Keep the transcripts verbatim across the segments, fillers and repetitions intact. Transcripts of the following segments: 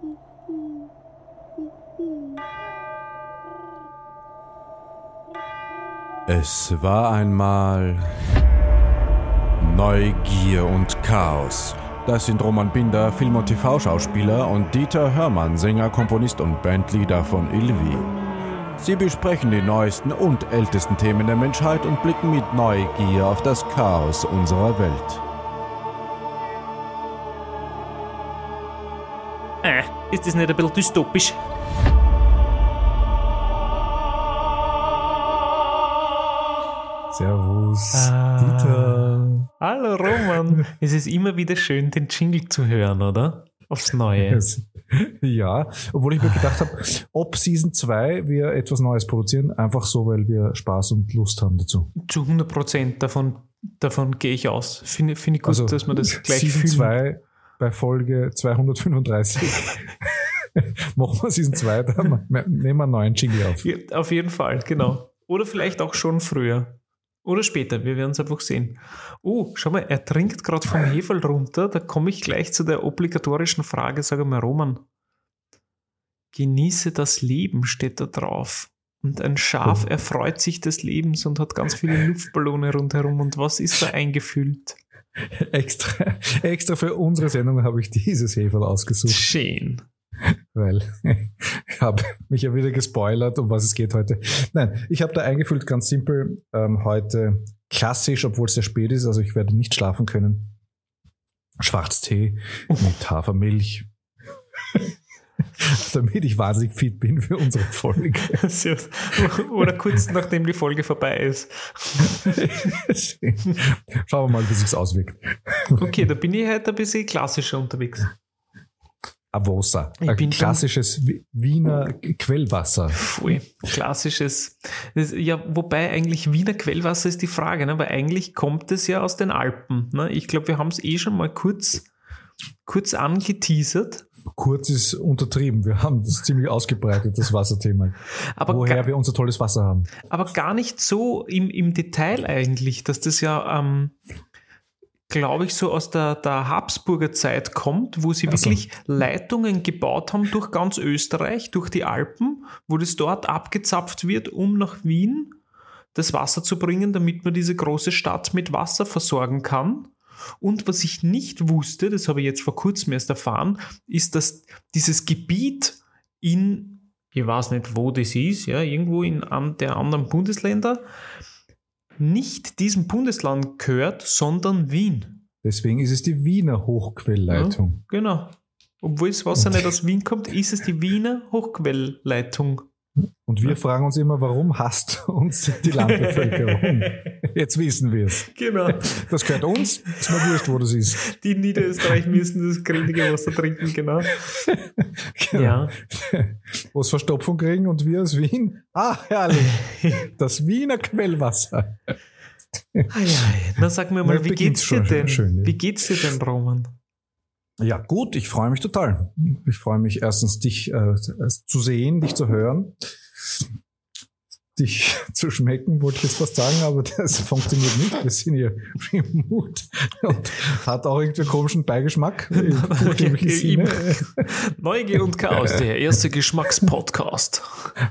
Es war einmal Neugier und Chaos. Das sind Roman Binder, Film- und T V-Schauspieler, und Dieter Hörmann, Sänger, Komponist und Bandleader von Ilvi. Sie besprechen die neuesten und ältesten Themen der Menschheit und blicken mit Neugier auf das Chaos unserer Welt. Äh, ist das nicht ein bisschen dystopisch? Servus, Ah. Dieter. Hallo Roman. Es ist immer wieder schön, den Jingle zu hören, oder? Aufs Neue. Ja, obwohl ich mir gedacht habe, ob Season zwei wir etwas Neues produzieren, einfach so, weil wir Spaß und Lust haben dazu. Zu hundert Prozent davon, davon gehe ich aus. Finde find ich gut, Also, dass wir das gleich Season fühlen. zwei bei Folge zweihundertfünfunddreißig machen wir Season zwei, dann nehmen wir einen neuen Jingle auf. Ja, auf jeden Fall, genau. Oder vielleicht auch schon früher. Oder später, wir werden es einfach sehen. Oh, schau mal, er trinkt gerade vom Heferl runter. Da komme ich gleich zu der obligatorischen Frage. Sag mal, Roman, genieße das Leben, steht da drauf. Und ein Schaf Oh. erfreut sich des Lebens und hat ganz viele Luftballone rundherum. Und was ist da eingefüllt? Extra, extra für unsere Sendung habe ich dieses Heferl ausgesucht, Schön. weil ich habe mich ja wieder gespoilert, um was es geht heute. Nein, ich habe da eingefüllt, ganz simpel, ähm, heute klassisch, obwohl es sehr spät ist, also ich werde nicht schlafen können. Schwarztee mit Hafermilch, damit ich wahnsinnig fit bin für unsere Folge. Oder kurz nachdem die Folge vorbei ist. Schauen wir mal, wie sich's auswirkt. Okay, da bin ich heute ein bisschen klassischer unterwegs. Avosa, Ich ein bin klassisches Wiener Quellwasser. Pfui, klassisches. Das, ja, wobei eigentlich Wiener Quellwasser ist die Frage, ne? Weil eigentlich kommt es ja aus den Alpen. Ne? Ich glaube, wir haben es eh schon mal kurz, kurz angeteasert. Kurz ist untertrieben, wir haben das ziemlich ausgebreitet, das Wasserthema. Aber Woher gar, wir unser tolles Wasser haben. aber gar nicht so im, im Detail eigentlich, dass das ja, ähm, glaube ich, so aus der, der Habsburger Zeit kommt, wo sie Ach so. wirklich Leitungen gebaut haben durch ganz Österreich, durch die Alpen, wo das dort abgezapft wird, um nach Wien das Wasser zu bringen, damit man diese große Stadt mit Wasser versorgen kann. Und was ich nicht wusste, das habe ich jetzt vor kurzem erst erfahren, ist, dass dieses Gebiet in, ich weiß nicht, wo das ist, ja, irgendwo in an der anderen Bundesländer, nicht diesem Bundesland gehört, sondern Wien. Deswegen ist es die Wiener Hochquellleitung. Ja, genau. Obwohl das Wasser nicht aus Wien kommt, ist es die Wiener Hochquellleitung. Und wir fragen uns immer, warum hasst uns die Landbevölkerung? Jetzt wissen wir es. Genau. Das gehört uns, ist mir wurscht, wo das ist. Die in Niederösterreich müssen das gründige Wasser trinken, genau. Genau. Ja. Wo es Verstopfung kriegen und wir aus Wien, ah, herrlich, das Wiener Quellwasser. Ah, ja. Na, sag mir mal, Ja, wie beginnt's geht's dir schon denn? schön, ja. Wie geht's dir denn, Roman? Ja, gut, ich freue mich total. Ich freue mich erstens, dich äh, zu sehen, dich zu hören, dich zu schmecken, wollte ich jetzt fast sagen, aber das funktioniert nicht. Wir sind hier remote und hat auch irgendwie einen komischen Beigeschmack. Im buchstäblichen Sinne. Neugier und Chaos, der erste Geschmackspodcast.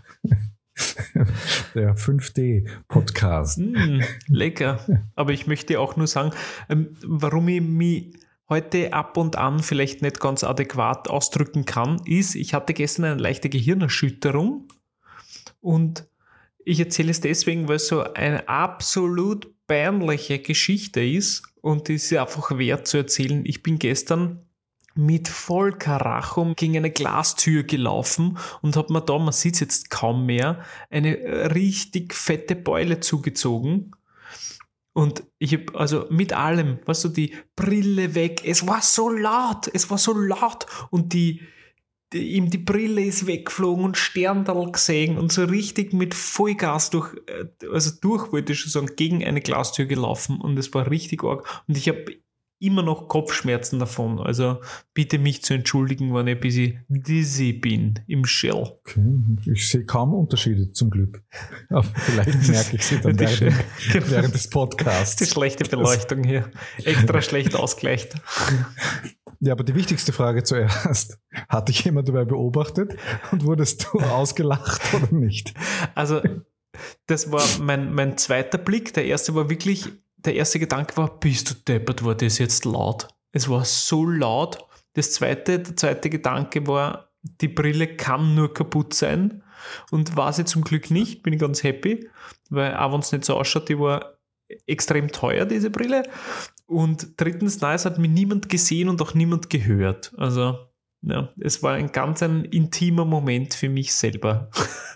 Der fünf D-Podcast. Mm, lecker. Aber ich möchte auch nur sagen, ähm, warum ich mich heute ab und an vielleicht nicht ganz adäquat ausdrücken kann, ist, ich hatte gestern eine leichte Gehirnerschütterung und ich erzähle es deswegen, weil es so eine absolut peinliche Geschichte ist und es ist einfach wert zu erzählen. Ich bin gestern mit Vollkarachum gegen eine Glastür gelaufen und habe mir da, man sieht es jetzt kaum mehr, eine richtig fette Beule zugezogen. Und ich habe also mit allem, weißt du, die Brille weg, es war so laut, es war so laut und die, die, ihm die Brille ist weggeflogen und Sterndal gesehen und so richtig mit Vollgas durch, also durch, wollte ich schon sagen, gegen eine Glastür gelaufen und es war richtig arg und ich habe immer noch Kopfschmerzen davon, also bitte mich zu entschuldigen, wenn ich ein bisschen dizzy bin im Shell. Okay. Ich sehe kaum Unterschiede zum Glück. Aber vielleicht merke ich sie dann während, während des Podcasts. Die schlechte Beleuchtung hier. Extra schlecht ausgleicht. Ja, aber die wichtigste Frage zuerst. Hat dich jemand dabei beobachtet und wurdest du ausgelacht oder nicht? Also, das war mein, mein zweiter Blick. Der erste war wirklich, der erste Gedanke war, bist du deppert, war das jetzt laut? Es war so laut. Das zweite, der zweite Gedanke war, die Brille kann nur kaputt sein. Und war sie zum Glück nicht, bin ich ganz happy, weil auch wenn es nicht so ausschaut, die war extrem teuer, diese Brille. Und drittens, nein, es hat mich niemand gesehen und auch niemand gehört. Also, ja, es war ein ganz ein intimer Moment für mich selber.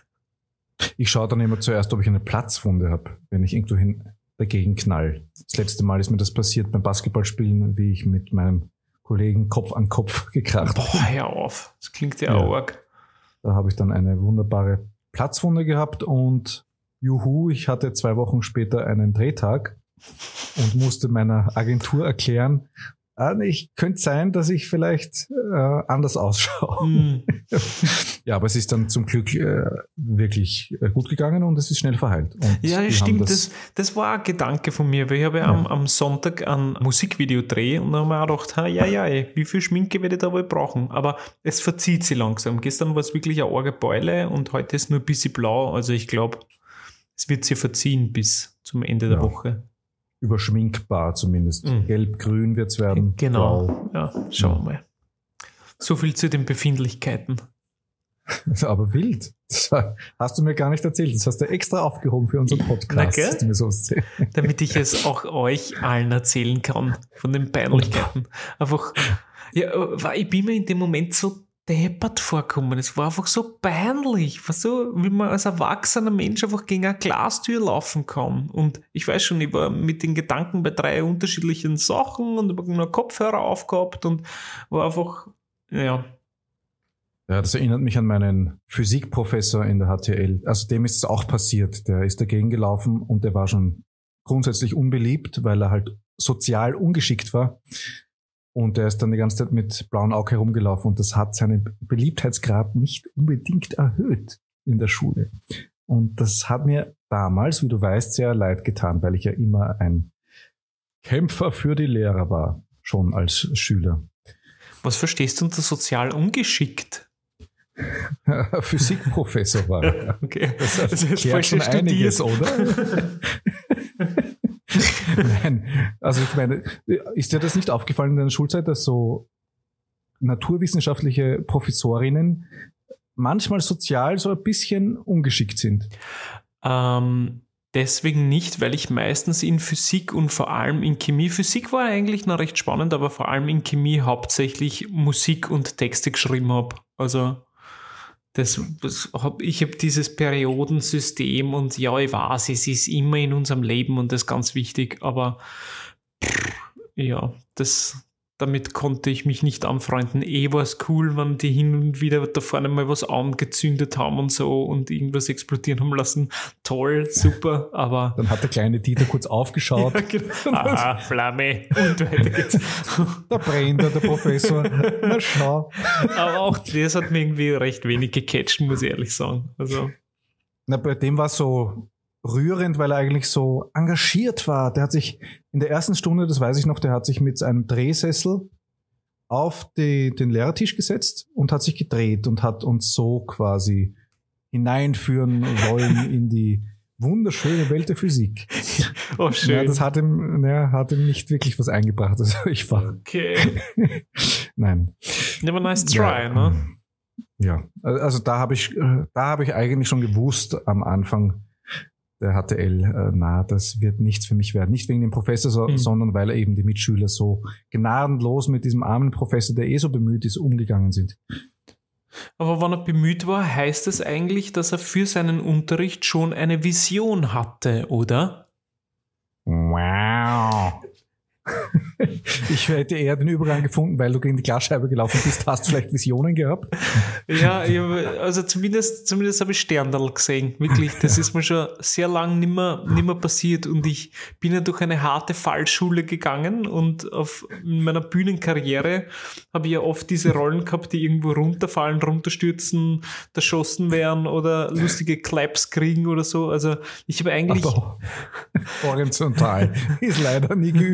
Ich schaue dann immer zuerst, ob ich eine Platzwunde habe, wenn ich irgendwo hin dagegen knall. Das letzte Mal ist mir das passiert beim Basketballspielen, wie ich mit meinem Kollegen Kopf an Kopf gekracht bin. Boah, hör auf. Das klingt ja, ja. arg. Da habe ich dann eine wunderbare Platzwunde gehabt und juhu, ich hatte zwei Wochen später einen Drehtag und musste meiner Agentur erklären, ich könnte sein, dass ich vielleicht äh, anders ausschaue. Mm. Ja, aber es ist dann zum Glück äh, wirklich äh, gut gegangen und es ist schnell verheilt. Und ja, stimmt. Das, das, das war ein Gedanke von mir, weil ich habe ja, ja. Am, am Sonntag ein Musikvideo dreh und dann habe ich mir auch gedacht, ha, ja, ja, ey, wie viel Schminke werde ich da wohl brauchen? Aber es verzieht sich langsam. Gestern war es wirklich eine arge Beule und heute ist nur ein bisschen blau. Also ich glaube, es wird sich verziehen bis zum Ende ja. der Woche. Überschminkbar zumindest. Mhm. Gelb-grün wird es werden. Genau, Blau. Ja, schauen wir mal. So viel zu den Befindlichkeiten. Aber wild. Das hast du mir gar nicht erzählt. Das hast du extra aufgehoben für unseren Podcast. Na, du mir so damit ich es auch euch allen erzählen kann von den Peinlichkeiten. Einfach, ja, ich bin mir in dem Moment so deppert vorkommen. Es war einfach so peinlich, so, wie man als erwachsener Mensch einfach gegen eine Glastür laufen kann. Und ich weiß schon, ich war mit den Gedanken bei drei unterschiedlichen Sachen und habe einen Kopfhörer aufgehabt und war einfach, ja. Ja, das erinnert mich an meinen Physikprofessor in der H T L. Also dem ist es auch passiert. Der ist dagegen gelaufen und der war schon grundsätzlich unbeliebt, weil er halt sozial ungeschickt war. Und er ist dann die ganze Zeit mit blauem Auge herumgelaufen und das hat seinen Beliebtheitsgrad nicht unbedingt erhöht in der Schule. Und das hat mir damals, wie du weißt, sehr leid getan, weil ich ja immer ein Kämpfer für die Lehrer war, schon als Schüler. Was verstehst du unter sozial ungeschickt? Physikprofessor war er. Okay. Das erklärt schon einiges, oder? Nein, also ich meine, ist dir das nicht aufgefallen in deiner Schulzeit, dass so naturwissenschaftliche Professorinnen manchmal sozial so ein bisschen ungeschickt sind? Ähm, deswegen nicht, weil ich meistens in Physik und vor allem in Chemie, Physik war eigentlich noch recht spannend, aber vor allem in Chemie hauptsächlich Musik und Texte geschrieben habe. Also Das, das hab, ich habe dieses Periodensystem und ja, ich weiß, es ist immer in unserem Leben und das ist ganz wichtig, aber pff, ja, das, damit konnte ich mich nicht anfreunden. Eh war es cool, wenn die hin und wieder da vorne mal was angezündet haben und so und irgendwas explodieren haben lassen. Toll, super, aber... Dann hat der kleine Dieter kurz aufgeschaut. Ja, genau. Aha, Flamme. Und weiter geht's. Da brennt der Professor. Na schau. Aber auch das hat mir irgendwie recht wenig gecatcht, muss ich ehrlich sagen. Also. Na, bei dem war es so rührend, weil er eigentlich so engagiert war. Der hat sich in der ersten Stunde, das weiß ich noch, der hat sich mit einem Drehsessel auf die, den Lehrertisch gesetzt und hat sich gedreht und hat uns so quasi hineinführen wollen in die wunderschöne Welt der Physik. Oh, schön. Ja, das hat ihm, ja, hat ihm nicht wirklich was eingebracht. Also ich war. Okay. Nein. Never nice try, ja, ne? Ja, also da habe ich, da habe ich eigentlich schon gewusst am Anfang der H T L, äh, na, das wird nichts für mich werden. Nicht wegen dem Professor, so, mhm. sondern weil er eben die Mitschüler so gnadenlos mit diesem armen Professor, der eh so bemüht ist, umgegangen sind. Aber wenn er bemüht war, heißt es eigentlich, dass er für seinen Unterricht schon eine Vision hatte, oder? Wow. Ich hätte eher den Übergang gefunden, weil du gegen die Glasscheibe gelaufen bist. Hast du vielleicht Visionen gehabt? Ja, ich hab, also zumindest, zumindest habe ich Sterndal gesehen. Wirklich, das ist mir schon sehr lang nimmer, nimmer passiert und ich bin ja durch eine harte Fallschule gegangen und auf in meiner Bühnenkarriere habe ich ja oft diese Rollen gehabt, die irgendwo runterfallen, runterstürzen, erschossen werden oder lustige Claps kriegen oder so. Also ich habe eigentlich... Aber horizontal ist leider nie geübt worden.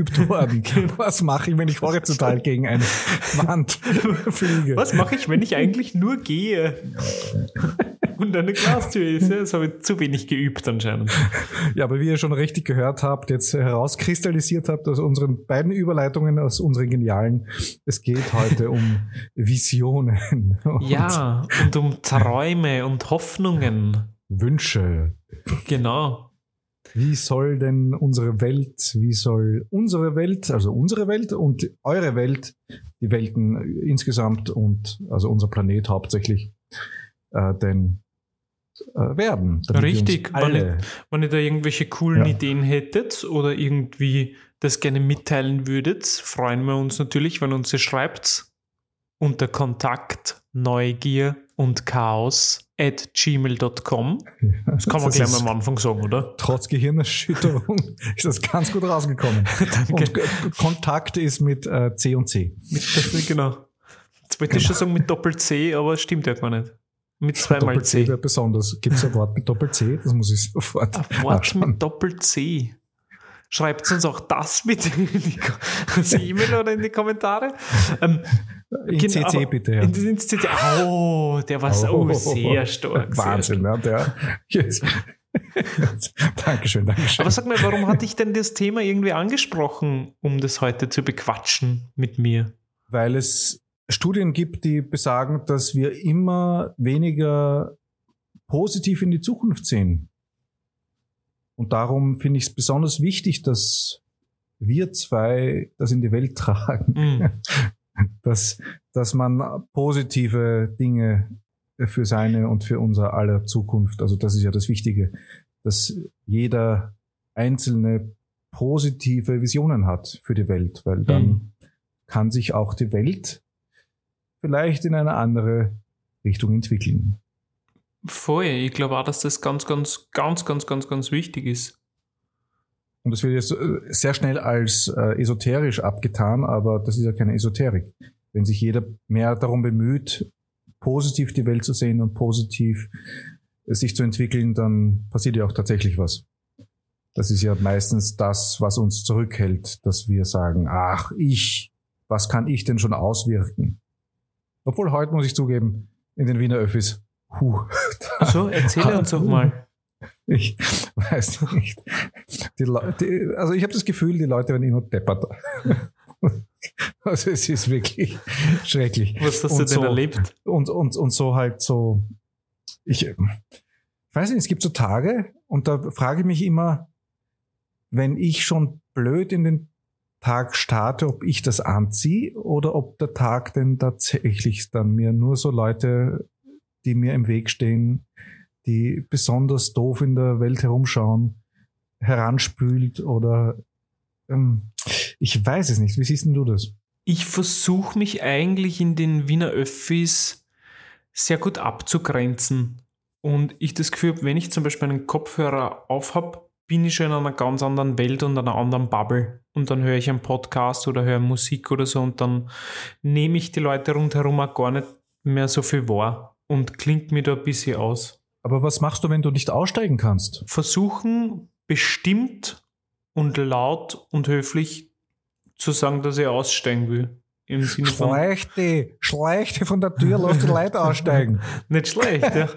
werden. Was mache ich, wenn ich horizontal gegen eine Wand fliege? Was mache ich, wenn ich eigentlich nur gehe? Und eine Glastür ist. Ja, das habe ich zu wenig geübt anscheinend. Ja, aber wie ihr schon richtig gehört habt, jetzt herauskristallisiert habt aus unseren beiden Überleitungen, aus unseren genialen, es geht heute um Visionen. Und ja, und um Träume und Hoffnungen. Wünsche. Genau. Wie soll denn unsere Welt, wie soll unsere Welt, also unsere Welt und eure Welt, die Welten insgesamt und also unser Planet hauptsächlich, äh, denn äh, werden? Richtig, alle wenn, ich, wenn ihr da irgendwelche coolen Ja. Ideen hättet oder irgendwie das gerne mitteilen würdet, freuen wir uns natürlich, wenn ihr uns das schreibt unter Kontakt, Neugier und Chaos at gmail dot com. Das kann man Das gleich ist- mal am Anfang sagen, oder? Trotz Gehirnerschütterung ist das ganz gut rausgekommen. Danke. Und K- Kontakt ist mit äh, C und C. Mit, das, genau. Jetzt wollte ich schon sagen mit Doppel-C, aber es stimmt ja gar nicht. Mit zweimal Doppel-C C. wäre besonders. Gibt es ein Wort mit Doppel-C? Das muss ich sofort Ein Wort nachschauen. mit Doppel-C. Schreibt uns auch das bitte in die Ko- als E-Mail oder in die Kommentare. Ähm, In genau, C C aber bitte, ja. In, in C C. Oh, der war so Oh, sehr stark. Sehr Wahnsinn, stark. ne? Der, yes. Dankeschön, Dankeschön. Aber sag mal, warum hatte ich denn das Thema irgendwie angesprochen, um das heute zu bequatschen mit mir? Weil es Studien gibt, die besagen, dass wir immer weniger positiv in die Zukunft sehen. Und darum finde ich es besonders wichtig, dass wir zwei das in die Welt tragen. Hm. dass, dass man positive Dinge für seine und für unser aller Zukunft, also das ist ja das Wichtige, dass jeder Einzelne positive Visionen hat für die Welt, weil dann Mhm. kann sich auch die Welt vielleicht in eine andere Richtung entwickeln. Voll. Ich glaube auch, dass das ganz, ganz, ganz, ganz, ganz, ganz wichtig ist. Und das wird jetzt äh, sehr schnell als äh, esoterisch abgetan, aber das ist ja keine Esoterik. Wenn sich jeder mehr darum bemüht, positiv die Welt zu sehen und positiv äh, sich zu entwickeln, dann passiert ja auch tatsächlich was. Das ist ja meistens das, was uns zurückhält, dass wir sagen, ach, ich, was kann ich denn schon auswirken? Obwohl heute, muss ich zugeben, in den Wiener Öffis, huh, So, erzähle uns doch mal. ich weiß nicht. Die Leute, also ich habe das Gefühl, die Leute werden immer depperter. Also es ist wirklich schrecklich. Was hast du Und denn so, erlebt? Und, und, und so halt so, ich, ich weiß nicht, es gibt so Tage und da frage ich mich immer, wenn ich schon blöd in den Tag starte, ob ich das anziehe oder ob der Tag denn tatsächlich dann mir nur so Leute, die mir im Weg stehen, die besonders doof in der Welt herumschauen, heranspült oder ähm, ich weiß es nicht. Wie siehst denn du das? Ich versuche mich eigentlich in den Wiener Öffis sehr gut abzugrenzen. Und ich das Gefühl habe, wenn ich zum Beispiel einen Kopfhörer auf habe, bin ich schon in einer ganz anderen Welt und einer anderen Bubble. Und dann höre ich einen Podcast oder höre Musik oder so und dann nehme ich die Leute rundherum auch gar nicht mehr so viel wahr und klingt mir da ein bisschen aus. Aber was machst du, wenn du nicht aussteigen kannst? Versuchen bestimmt und laut und höflich zu sagen, dass ich aussteigen will. Im Sinne von, Schleich die, schleich die von der Tür, lass die Leute aussteigen. nicht schlecht, ja.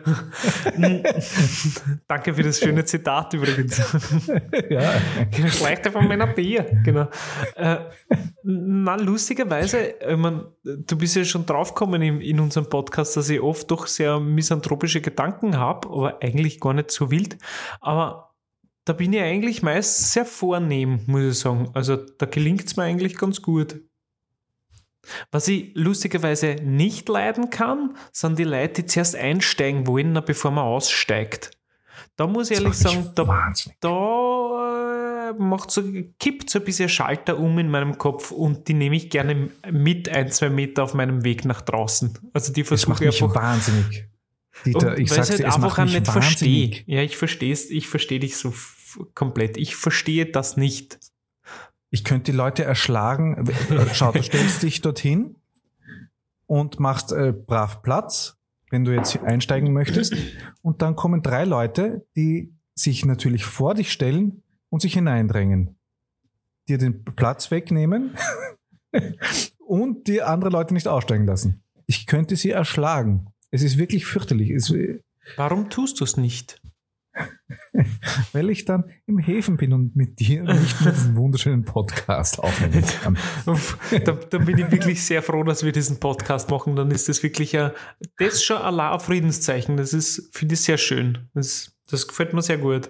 Danke für das schöne Zitat übrigens. Ja. Schlechte von meiner Bier, genau. Äh, na, lustigerweise, ich mein, du bist ja schon draufgekommen in, in unserem Podcast, dass ich oft doch sehr misanthropische Gedanken habe, aber eigentlich gar nicht so wild. Aber da bin ich eigentlich meist sehr vornehm, muss ich sagen. Also da gelingt es mir eigentlich ganz gut. Was ich lustigerweise nicht leiden kann, sind die Leute, die zuerst einsteigen wollen, bevor man aussteigt. Da muss ich ehrlich Das macht sagen, mich da, wahnsinnig. da äh, macht so, kippt so ein bisschen Schalter um in meinem Kopf und die nehme ich gerne mit ein, zwei Meter auf meinem Weg nach draußen. Also die Das macht versuche ich mich einfach. wahnsinnig. Dieter, Und ich weil sag's ich dir, halt es einfach macht auch mich nicht verstehe. wahnsinnig. Ja, ich verstehe es, ich verstehe dich so f- komplett. Ich verstehe das nicht. Ich könnte die Leute erschlagen. Schau, du stellst dich dorthin und machst äh, brav Platz, wenn du jetzt einsteigen möchtest. Und dann kommen drei Leute, die sich natürlich vor dich stellen und sich hineindrängen. dir den Platz wegnehmen und die andere Leute nicht aussteigen lassen. Ich könnte sie erschlagen. Es ist wirklich fürchterlich. Es, Warum tust du es nicht? Weil ich dann im Häfen bin und mit dir nicht nur diesen wunderschönen Podcast aufnehmen kann. da, da bin ich wirklich sehr froh, dass wir diesen Podcast machen. Dann ist das wirklich ein, das ist schon Allah ein Friedenszeichen. Das ist, finde ich, sehr schön. Das, das gefällt mir sehr gut.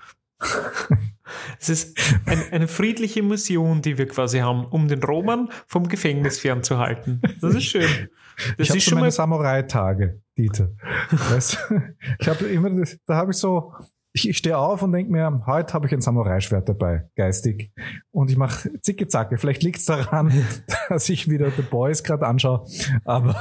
Es ist ein, eine friedliche Mission, die wir quasi haben, um den Roman vom Gefängnis fernzuhalten. Das ist schön. Das ich habe ist so schon meine mal Samurai-Tage, Dieter. Weißt du? Ich habe immer, das, da habe ich so, ich, ich stehe auf und denke mir, heute habe ich ein Samurai-Schwert dabei, geistig. Und ich mache zicke-zacke. Vielleicht liegt es daran, dass ich wieder The Boys gerade anschaue. Aber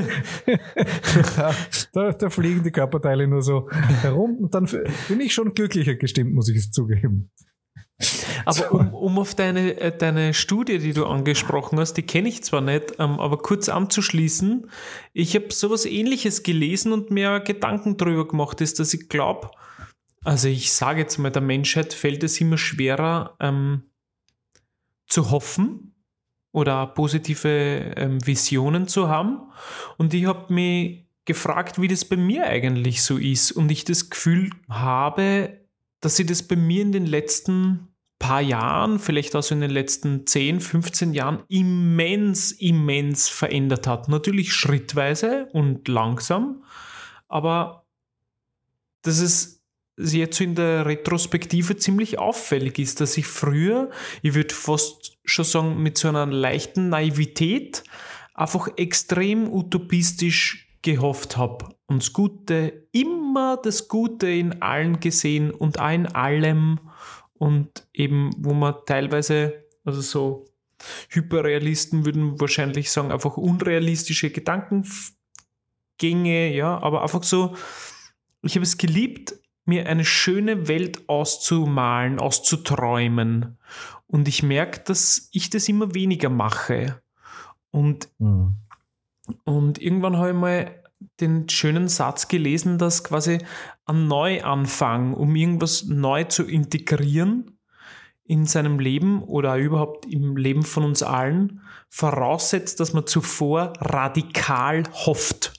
da, da, da fliegen die Körperteile nur so herum. Und dann bin ich schon glücklicher gestimmt, muss ich es zugeben. Aber um, um auf deine, deine Studie, die du angesprochen hast, die kenne ich zwar nicht, aber kurz anzuschließen, ich habe sowas Ähnliches gelesen und mir Gedanken drüber gemacht, ist, dass ich glaube, also ich sage jetzt mal, der Menschheit fällt es immer schwerer ähm, zu hoffen oder positive ähm, Visionen zu haben. Und ich habe mich gefragt, wie das bei mir eigentlich so ist. Und ich das Gefühl habe, dass sich das bei mir in den letzten paar Jahren, vielleicht auch so in den letzten zehn, fünfzehn Jahren immens, immens verändert hat. Natürlich schrittweise und langsam, aber dass es jetzt so in der Retrospektive ziemlich auffällig ist, dass ich früher, ich würde fast schon sagen, mit so einer leichten Naivität einfach extrem utopistisch gehofft habe und das Gute, immer das Gute in allen gesehen und auch in allem. Und eben, wo man teilweise, also so Hyperrealisten würden wahrscheinlich sagen, einfach unrealistische Gedankengänge, ja, aber einfach so, ich habe es geliebt, mir eine schöne Welt auszumalen, auszuträumen. Und ich merke, dass ich das immer weniger mache. Und, mhm. und irgendwann habe ich mal den schönen Satz gelesen, dass quasi ein Neuanfang, um irgendwas neu zu integrieren in seinem Leben oder überhaupt im Leben von uns allen, voraussetzt, dass man zuvor radikal hofft.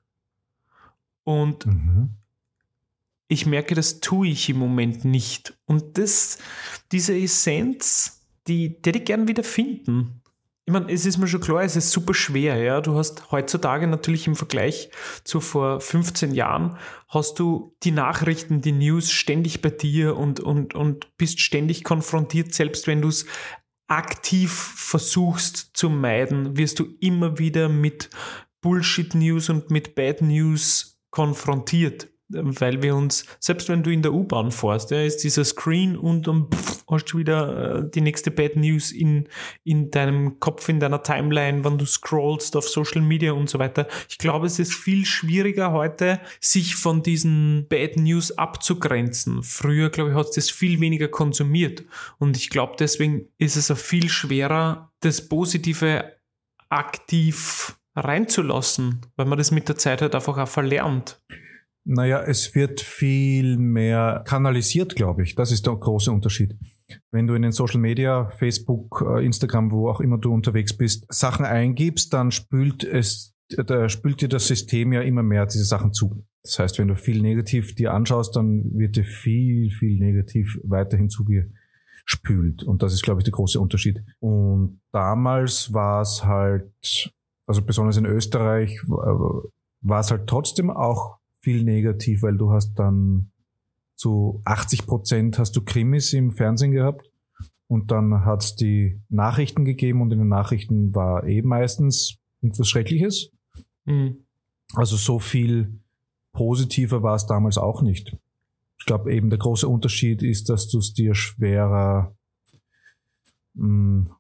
Und mhm. ich merke, das tue ich im Moment nicht. Und das, diese Essenz, die, die hätte ich gern wieder finden. Ich meine, es ist mir schon klar, es ist super schwer. Ja? Du hast heutzutage natürlich im Vergleich zu vor fünfzehn Jahren, hast du die Nachrichten, die News ständig bei dir und, und, und bist ständig konfrontiert. Selbst wenn du es aktiv versuchst zu meiden, wirst du immer wieder mit Bullshit-News und mit Bad News konfrontiert. Weil wir uns, selbst wenn du in der U-Bahn fährst, ja, ist dieser Screen und dann pff, hast du wieder äh, die nächste Bad News in, in deinem Kopf, in deiner Timeline, wenn du scrollst auf Social Media und so weiter. Ich glaube, es ist viel schwieriger heute, sich von diesen Bad News abzugrenzen. Früher, glaube ich, hat es das viel weniger konsumiert. Und ich glaube, deswegen ist es auch viel schwerer, das Positive aktiv reinzulassen, weil man das mit der Zeit halt einfach auch verlernt. Naja, es wird viel mehr kanalisiert, glaube ich. Das ist der große Unterschied. Wenn du in den Social Media, Facebook, Instagram, wo auch immer du unterwegs bist, Sachen eingibst, dann spült es, da spült dir das System ja immer mehr diese Sachen zu. Das heißt, wenn du viel negativ dir anschaust, dann wird dir viel, viel negativ weiterhin zugespült. Und das ist, glaube ich, der große Unterschied. Und damals war es halt, also besonders in Österreich, war es halt trotzdem auch viel negativ, weil du hast dann zu achtzig Prozent hast du Krimis im Fernsehen gehabt und dann hat es die Nachrichten gegeben und in den Nachrichten war eh meistens irgendwas Schreckliches. Mhm. Also so viel positiver war es damals auch nicht. Ich glaube eben der große Unterschied ist, dass du es dir schwerer mh,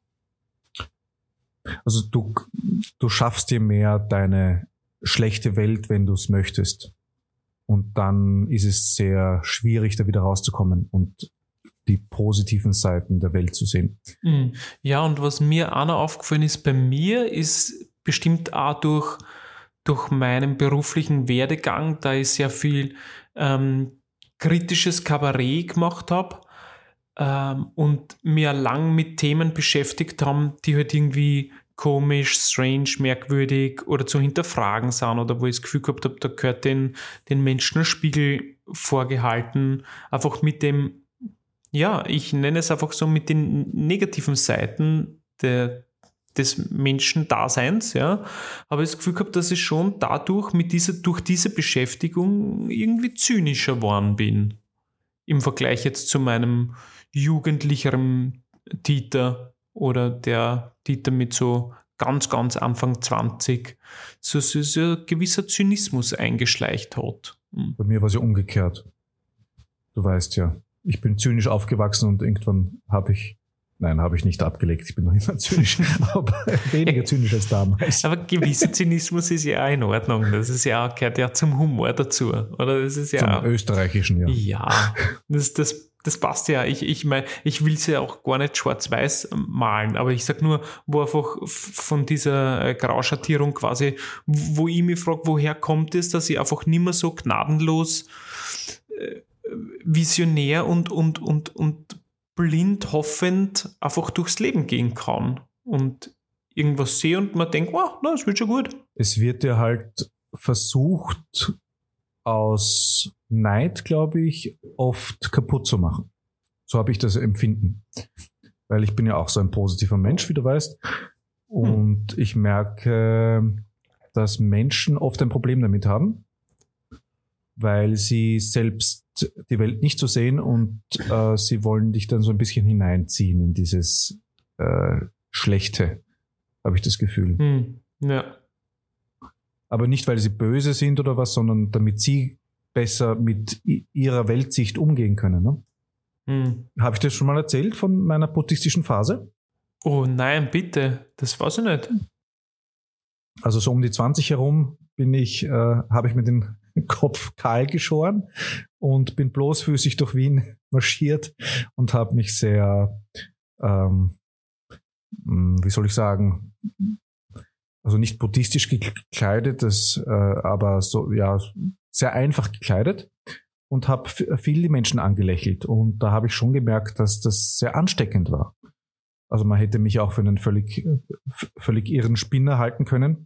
also du, du schaffst dir mehr deine schlechte Welt, wenn du es möchtest. Und dann ist es sehr schwierig, da wieder rauszukommen und die positiven Seiten der Welt zu sehen. Ja, und was mir auch noch aufgefallen ist, bei mir ist bestimmt auch durch, durch meinen beruflichen Werdegang, da ich sehr viel ähm, kritisches Kabarett gemacht habe, ähm, und mir lang mit Themen beschäftigt haben, die halt irgendwie komisch, strange, merkwürdig oder zu hinterfragen sind oder wo ich das Gefühl gehabt habe, da gehört den, den Menschen ein Spiegel vorgehalten, einfach mit dem, ja, ich nenne es einfach so, mit den negativen Seiten der, des Menschendaseins, ja, habe ich das Gefühl gehabt, dass ich schon dadurch, mit dieser, durch diese Beschäftigung irgendwie zynischer geworden bin. Im Vergleich jetzt zu meinem jugendlicheren Dieter oder der Dieter mit so ganz, ganz Anfang zwanzig, so, so, so ein gewisser Zynismus eingeschleicht hat. Bei mir war es ja umgekehrt. Du weißt ja, ich bin zynisch aufgewachsen und irgendwann habe ich, nein, habe ich nicht abgelegt, ich bin noch immer zynisch, aber weniger zynisch als damals. Aber gewisser Zynismus ist ja auch in Ordnung, das ist ja auch, gehört ja zum Humor dazu, oder? Das ist ja Zum auch, österreichischen, ja. Ja, das, das Das passt ja. Ich, ich meine, ich will es ja auch gar nicht schwarz-weiß malen, aber ich sage nur, wo einfach von dieser Grauschattierung quasi, wo ich mich frage, woher kommt es, dass ich einfach nicht mehr so gnadenlos äh, visionär und, und, und, und blind hoffend einfach durchs Leben gehen kann und irgendwas sehe und man denkt, wow, na, das wird schon gut. Es wird ja halt versucht, aus Neid, glaube ich, oft kaputt zu machen. So habe ich das Empfinden. Weil ich bin ja auch so ein positiver Mensch, wie du weißt. Und hm. ich merke, dass Menschen oft ein Problem damit haben, weil sie selbst die Welt nicht so sehen und äh, sie wollen dich dann so ein bisschen hineinziehen in dieses äh, Schlechte, habe ich das Gefühl. Hm. Ja. Aber nicht, weil sie böse sind oder was, sondern damit sie besser mit ihrer Weltsicht umgehen können. Ne? Hm. Habe ich das schon mal erzählt von meiner buddhistischen Phase? Oh nein, bitte. Das weiß ich nicht. Also so um die zwanzig herum bin ich, äh, habe ich mir den Kopf kahl geschoren und bin bloßfüßig durch Wien marschiert und habe mich sehr, ähm, wie soll ich sagen, also nicht buddhistisch gekleidet, das, äh, aber so, ja, sehr einfach gekleidet und habe viel die Menschen angelächelt. Und da habe ich schon gemerkt, dass das sehr ansteckend war. Also man hätte mich auch für einen völlig, völlig irren Spinner halten können,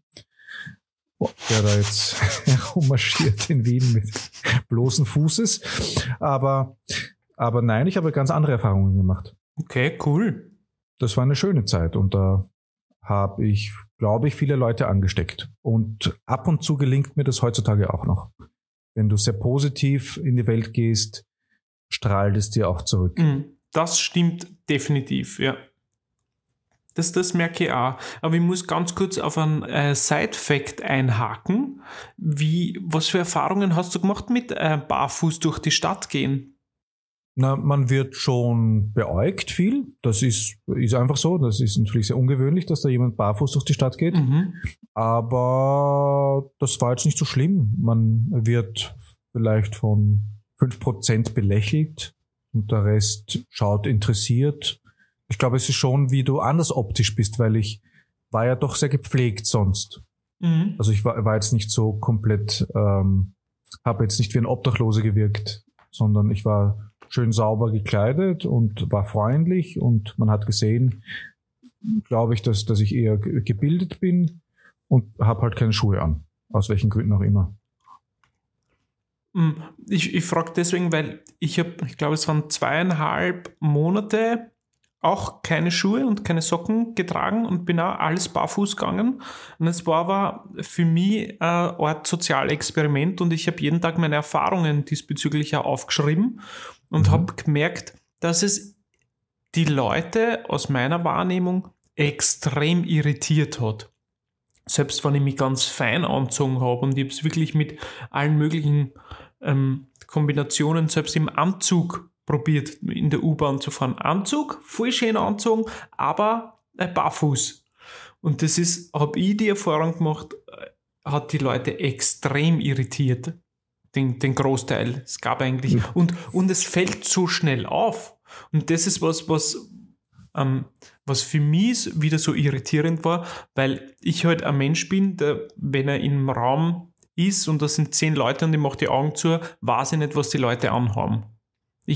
der da jetzt herummarschiert in Wien mit bloßen Fußes. Aber, aber nein, ich habe ganz andere Erfahrungen gemacht. Okay, cool. Das war eine schöne Zeit und da habe ich, glaube ich, viele Leute angesteckt. Und ab und zu gelingt mir das heutzutage auch noch. Wenn du sehr positiv in die Welt gehst, strahlt es dir auch zurück. Das stimmt definitiv, ja. Das, das merke ich auch. Aber ich muss ganz kurz auf einen äh, Side-Fact einhaken. Wie, was für Erfahrungen hast du gemacht mit äh, barfuß durch die Stadt gehen? Na, man wird schon beäugt viel. Das ist, ist einfach so. Das ist natürlich sehr ungewöhnlich, dass da jemand barfuß durch die Stadt geht. Mhm. Aber das war jetzt nicht so schlimm. Man wird vielleicht von fünf Prozent belächelt und der Rest schaut interessiert. Ich glaube, es ist schon, wie du anders optisch bist, weil ich war ja doch sehr gepflegt sonst. Mhm. Also ich war, war jetzt nicht so komplett, ähm, habe jetzt nicht wie ein Obdachloser gewirkt, sondern ich war schön sauber gekleidet und war freundlich und man hat gesehen, glaube ich, dass, dass ich eher gebildet bin und habe halt keine Schuhe an, aus welchen Gründen auch immer. Ich, ich frage deswegen, weil ich habe, ich glaube, es waren zweieinhalb Monate auch keine Schuhe und keine Socken getragen und bin auch alles barfuß gegangen. Und es war aber für mich eine Art Sozialexperiment und ich habe jeden Tag meine Erfahrungen diesbezüglich auch aufgeschrieben und mhm. habe gemerkt, dass es die Leute aus meiner Wahrnehmung extrem irritiert hat. Selbst wenn ich mich ganz fein angezogen habe und ich habe es wirklich mit allen möglichen ähm, Kombinationen, selbst im Anzug probiert, in der U-Bahn zu fahren. Anzug, voll schön anzogen, aber äh, barfuß. Und das ist, habe ich die Erfahrung gemacht, hat die Leute extrem irritiert. Den, den Großteil. Es gab eigentlich, ja. und, und es fällt so schnell auf. Und das ist was, was, ähm, was für mich wieder so irritierend war, weil ich halt ein Mensch bin, der, wenn er im Raum ist und da sind zehn Leute und ich mache die Augen zu, weiß ich nicht, was die Leute anhaben. Ich,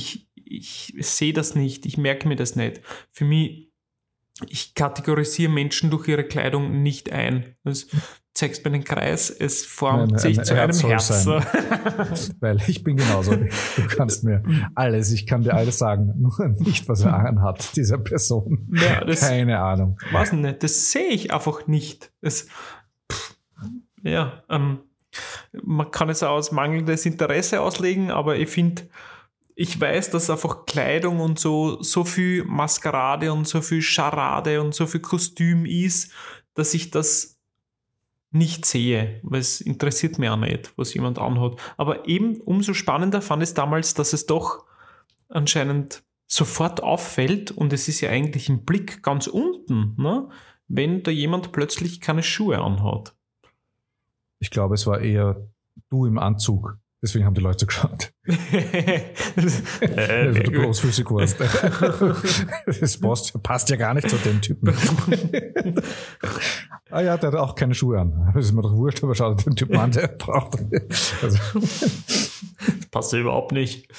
ich sehe das nicht, ich merke mir das nicht. Für mich, ich kategorisiere Menschen durch ihre Kleidung nicht ein. Das zeigst mir den Kreis, es formt Nein, sich ein zu Herz einem soll Herz. Weil ich bin genauso. Du kannst mir alles, ich kann dir alles sagen, nur nicht, was er anhat, dieser Person. Ja, das, Keine Ahnung. weiß nicht, das sehe ich einfach nicht. Das, pff, ja, ähm, man kann es auch aus mangelndes Interesse auslegen, aber ich finde, ich weiß, dass einfach Kleidung und so, so viel Maskerade und so viel Scharade und so viel Kostüm ist, dass ich das nicht sehe, weil es interessiert mich auch nicht, was jemand anhat. Aber eben umso spannender fand ich es damals, dass es doch anscheinend sofort auffällt und es ist ja eigentlich im Blick ganz unten, ne, wenn da jemand plötzlich keine Schuhe anhat. Ich glaube, es war eher du im Anzug. Deswegen haben die Leute so geschaut. äh, also du großfüßig warst. Das passt, passt ja gar nicht zu dem Typen. Ah ja, der hat auch keine Schuhe an. Das ist mir doch wurscht, aber schau dir den Typen an, der braucht. Also. Das passt ja überhaupt nicht.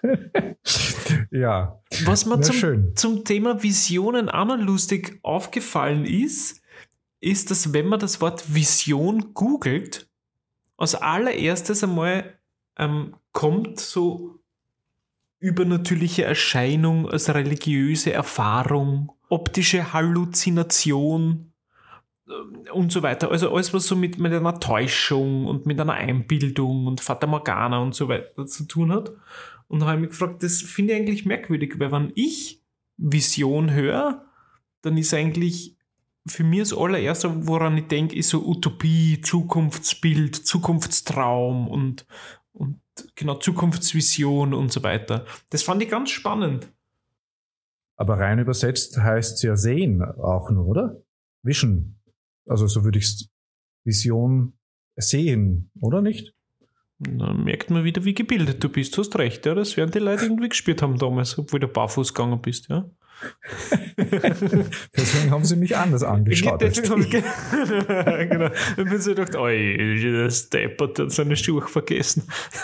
Ja. Was mir zum, schön. zum Thema Visionen auch noch lustig aufgefallen ist, ist, dass wenn man das Wort Vision googelt, als allererstes einmal ähm, kommt so übernatürliche Erscheinung als religiöse Erfahrung, optische Halluzination äh, und so weiter. Also alles, was so mit, mit einer Täuschung und mit einer Einbildung und Fata Morgana und so weiter zu tun hat. Und da habe ich mich gefragt, das finde ich eigentlich merkwürdig, weil wenn ich Vision höre, dann ist eigentlich für mich das allererste, woran ich denke, ist so Utopie, Zukunftsbild, Zukunftstraum und, und genau Zukunftsvision und so weiter. Das fand ich ganz spannend. Aber rein übersetzt heißt es ja sehen auch nur, oder? Vision. Also so würde ich es Vision sehen, oder nicht? Da merkt man wieder, wie gebildet du bist. Du hast recht, ja. Das werden die Leute irgendwie gespürt haben damals, obwohl du barfuß gegangen bist, ja. Deswegen haben sie mich anders angeschaut. Deswegen haben sie genau. Dann haben sie gedacht, oi, der Steppert hat seine Schuhe vergessen.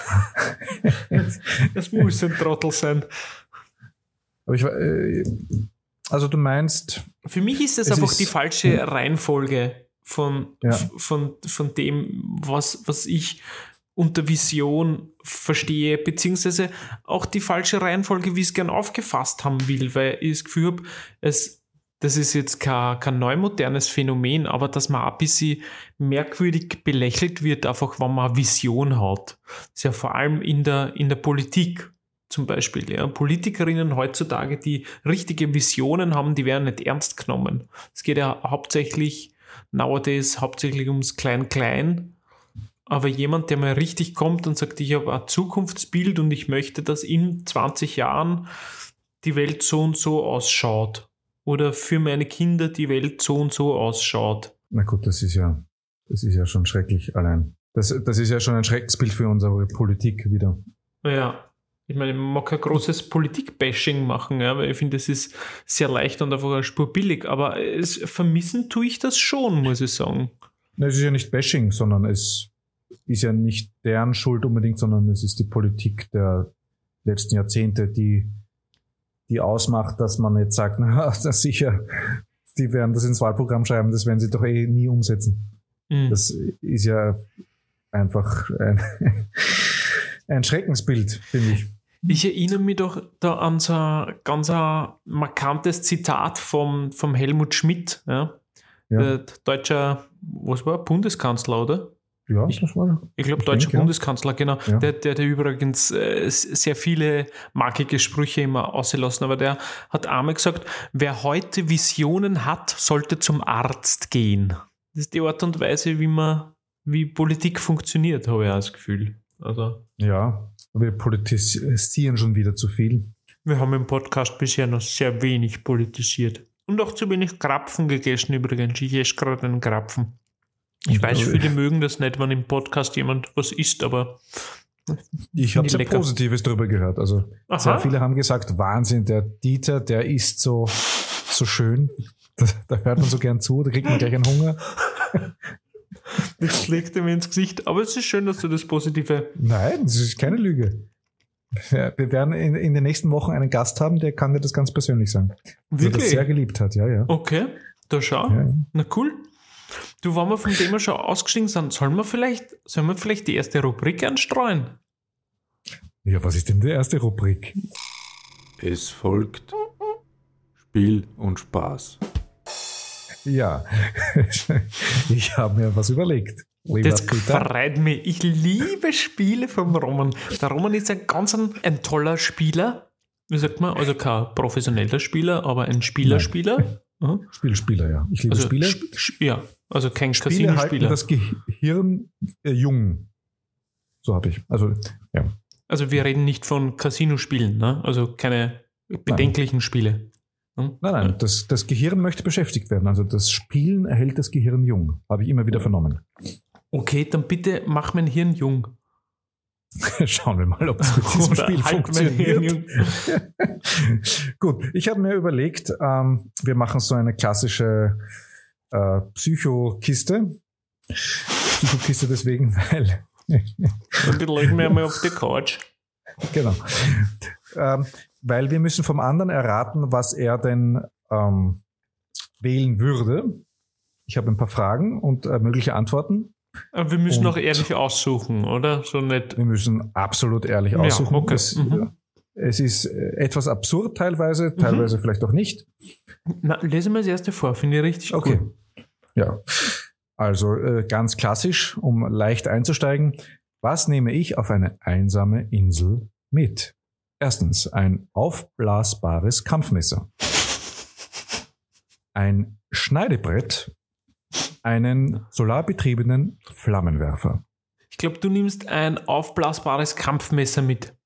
Das muss ein Trottel sein. Aber ich, äh, also du meinst... Für mich ist das es einfach ist, die falsche ja. Reihenfolge von, ja. von, von dem, was, was ich unter Vision verstehe, beziehungsweise auch die falsche Reihenfolge, wie ich es gern aufgefasst haben will, weil ich das Gefühl habe, es, das ist jetzt kein, kein neumodernes Phänomen, aber dass man ein bisschen merkwürdig belächelt wird, einfach wenn man eine Vision hat. Das ist ja vor allem in der, in der Politik zum Beispiel. Ja. Politikerinnen heutzutage, die richtige Visionen haben, die werden nicht ernst genommen. Es geht ja hauptsächlich, nowadays hauptsächlich ums Klein-Klein. Aber jemand, der mal richtig kommt und sagt, ich habe ein Zukunftsbild und ich möchte, dass in zwanzig Jahren die Welt so und so ausschaut. Oder für meine Kinder die Welt so und so ausschaut. Na gut, das ist ja, das ist ja schon schrecklich allein. Das, das ist ja schon ein Schreckensbild für unsere Politik wieder. Ja, ich meine, man mag kein großes Politik-Bashing machen, ja, weil ich finde, das ist sehr leicht und einfach eine Spur billig. Aber es, vermissen tue ich das schon, muss ich sagen. Na, es ist ja nicht Bashing, sondern es ist ja nicht deren Schuld unbedingt, sondern es ist die Politik der letzten Jahrzehnte, die, die ausmacht, dass man jetzt sagt, na, das sicher, die werden das ins Wahlprogramm schreiben, das werden sie doch eh nie umsetzen. Mhm. Das ist ja einfach ein, ein Schreckensbild, finde ich. Ich erinnere mich doch da an so ein ganz ein markantes Zitat vom, vom Helmut Schmidt, ja? Ja. Der deutscher, was war, Bundeskanzler, oder? Ja, ich, das war Ich glaube, deutscher denke, Bundeskanzler, ja. genau. Ja. Der, der, der übrigens äh, sehr viele markige Sprüche immer ausgelassen, aber der hat einmal gesagt, wer heute Visionen hat, sollte zum Arzt gehen. Das ist die Art und Weise, wie man, wie Politik funktioniert, habe ich auch das Gefühl. Also, ja, wir politisieren schon wieder zu viel. Wir haben im Podcast bisher noch sehr wenig politisiert. Und auch zu wenig Krapfen gegessen übrigens. Ich esse gerade einen Krapfen. Ich weiß, viele mögen das nicht, wenn im Podcast jemand was isst, aber ich habe sehr lecker. Positives darüber gehört. Also Aha. sehr viele haben gesagt, Wahnsinn, der Dieter, der isst so, so schön. Da, da hört man so gern zu, da kriegt man gleich einen Hunger. Das schlägt ihm ins Gesicht. Aber es ist schön, dass du das Positive... Nein, das ist keine Lüge. Wir werden in, in den nächsten Wochen einen Gast haben, der kann dir das ganz persönlich sagen. Wirklich? Der das sehr geliebt hat, ja, ja. Okay, da schau. Ja, ja. Na cool. Du, wenn wir vom Thema schon ausgestiegen sind, sollen wir vielleicht, sollen wir vielleicht die erste Rubrik anstreuen? Ja, was ist denn die erste Rubrik? Es folgt Spiel und Spaß. Ja, ich habe mir was überlegt. Lieber Das Peter. freut mich. Ich liebe Spiele vom Roman. Der Roman ist ein ganz ein, ein toller Spieler. Wie sagt man? Also kein professioneller Spieler, aber ein Spieler-Spieler. Mhm. Spielspieler, ja. Ich liebe Also, Spiele. Sp- Sch- ja, also kein Spiele halten Casino-Spieler. das Gehirn äh, jung. So habe ich. Also, ja. Also wir reden nicht von Casino-Spielen, ne? Also keine bedenklichen Spiele. Hm? Nein, nein, das, das Gehirn möchte beschäftigt werden. Also das Spielen erhält das Gehirn jung. Habe ich immer wieder vernommen. Okay, dann bitte mach mein Hirn jung. Schauen wir mal, ob es mit diesem Oder Spiel halt mein Hirn funktioniert. jung. Gut, ich habe mir überlegt, ähm, wir machen so eine klassische äh, Psychokiste. Psychokiste deswegen, weil... Und die legen wir einmal auf die Couch. Genau. Ähm, weil wir müssen vom anderen erraten, was er denn ähm, wählen würde. Ich habe ein paar Fragen und äh, mögliche Antworten. Aber wir müssen Und- auch ehrlich aussuchen, oder? So nicht. Wir müssen absolut ehrlich Ja, aussuchen. okay. Es, Mhm. es ist äh, etwas absurd teilweise, teilweise vielleicht auch nicht. Na, lese mal das erste vor, finde ich richtig Okay. cool. Ja. Also äh, ganz klassisch, um leicht einzusteigen. Was nehme ich auf eine einsame Insel mit? Erstens ein aufblasbares Kampfmesser, ein Schneidebrett, einen solarbetriebenen Flammenwerfer. Ich glaube, du nimmst ein aufblasbares Kampfmesser mit.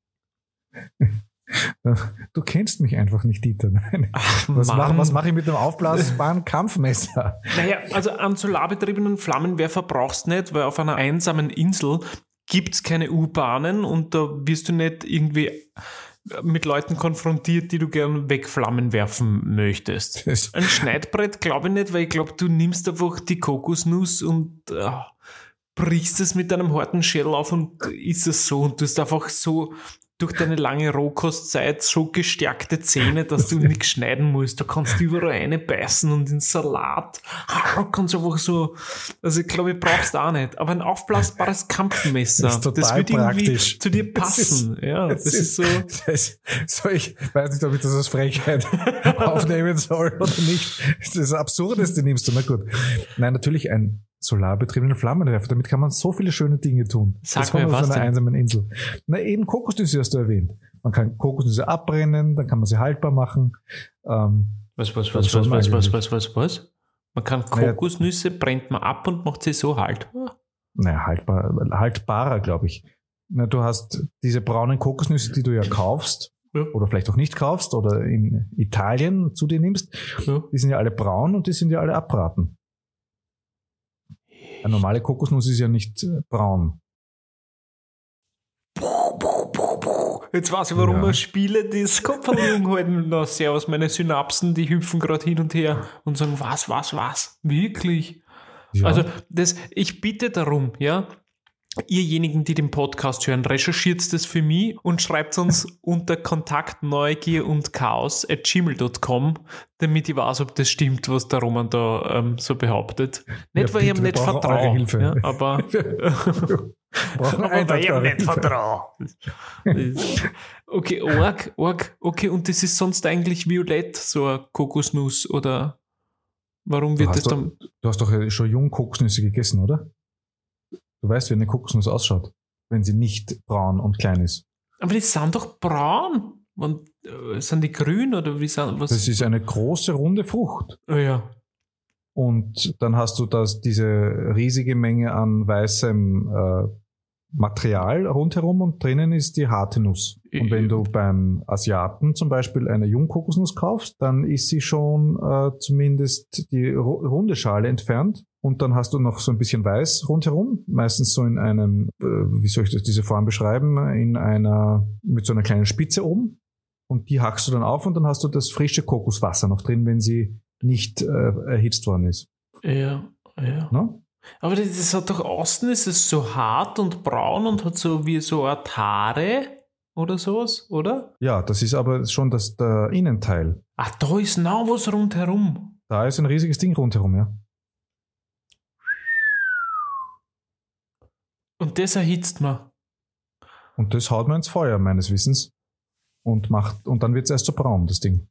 Du kennst mich einfach nicht, Dieter. Nein. Ach, Was Mann. mache was mach ich mit einem aufblasbaren Kampfmesser? Naja, also einen solarbetriebenen Flammenwerfer brauchst du nicht, weil auf einer einsamen Insel gibt es keine U-Bahnen und da wirst du nicht irgendwie mit Leuten konfrontiert, die du gern wegflammen werfen möchtest. Das- Ein Schneidbrett glaube ich nicht, weil ich glaube, du nimmst einfach die Kokosnuss und äh, brichst es mit deinem harten Schädel auf und ist es so und du hast einfach so durch deine lange Rohkostzeit so gestärkte Zähne, dass du nichts schneiden musst. Du kannst überall reinbeißen und in Salat. Du kannst einfach so, also ich glaube, ich brauchst auch nicht. Aber ein aufblasbares Kampfmesser, Das ist total wird irgendwie praktisch. zu dir passen. ja, das, ist so. Das, so ich weiß nicht, ob ich das als Frechheit aufnehmen soll oder nicht. Das ist das Absurdeste, nimmst du. Na gut. Nein, natürlich ein solarbetriebenen Flammenwerfer. Damit kann man so viele schöne Dinge tun. Sag das haben mir, wir auf was einer denn? einsamen Insel. Na eben Kokosnüsse hast du erwähnt. Man kann Kokosnüsse abbrennen, dann kann man sie haltbar machen. Ähm, Was, was, Das was, soll was, man was, was, eigentlich was, was, was? Man kann Naja. Kokosnüsse, brennt man ab und macht sie so haltbar. naja, haltbar, haltbarer, glaube ich. Na, du hast diese braunen Kokosnüsse, die du ja kaufst, Ja. oder vielleicht auch nicht kaufst, oder in Italien zu dir nimmst. Ja. Die sind ja alle braun und die sind ja alle abbraten. Eine normale Kokosnuss ist ja nicht äh, braun. Jetzt weiß ich, warum Ja. wir Spiele das Kopf an den Jungen halten. Na, servus, meine Synapsen, die hüpfen gerade hin und her und sagen, was, was, was? Wirklich? Ja. Also, das, ich bitte darum, ja, ihrjenigen, die den Podcast hören, recherchiert das für mich und schreibt uns unter Kontakt Neugier und Chaos at gmail dot com, damit ich weiß, ob das stimmt, was der Roman da ähm, so behauptet. Nicht, Ja, weil ich bitte, ihm wir nicht brauchen eure vertraue, Hilfe. ja, aber, Brauchen aber einen weil ich ihm eure nicht Hilfe. vertraue. Okay, Org, Org, okay, und das ist sonst eigentlich violett, so eine Kokosnuss, oder warum Du wird das hast, doch, dann... du hast doch schon jung Kokosnüsse gegessen, oder? Du weißt, wie eine Kokosnuss ausschaut, wenn sie nicht braun und klein ist. Aber die sind doch braun. Und, äh, sind die grün oder wie sind was? Das ist eine große, runde Frucht. Oh ja. Und dann hast du das, diese riesige Menge an weißem äh, Material rundherum und drinnen ist die harte Nuss. Und wenn du beim Asiaten zum Beispiel eine Jungkokosnuss kaufst, dann ist sie schon äh, zumindest die ru- runde Schale entfernt. Und dann hast du noch so ein bisschen weiß rundherum, meistens so in einem, äh, wie soll ich das, diese Form beschreiben, in einer, mit so einer kleinen Spitze oben. Und die hackst du dann auf und dann hast du das frische Kokoswasser noch drin, wenn sie nicht äh, erhitzt worden ist. Ja, ja. Ne? Aber das, das hat doch außen ist es so hart und braun und hat so wie so eine Haare oder sowas, oder? Ja, das ist aber schon das, der Innenteil. Ach, da ist noch was rundherum. Da ist ein riesiges Ding rundherum, ja. Und das erhitzt man. Und das haut man ins Feuer, meines Wissens. Und macht, und dann wird es erst so braun, das Ding.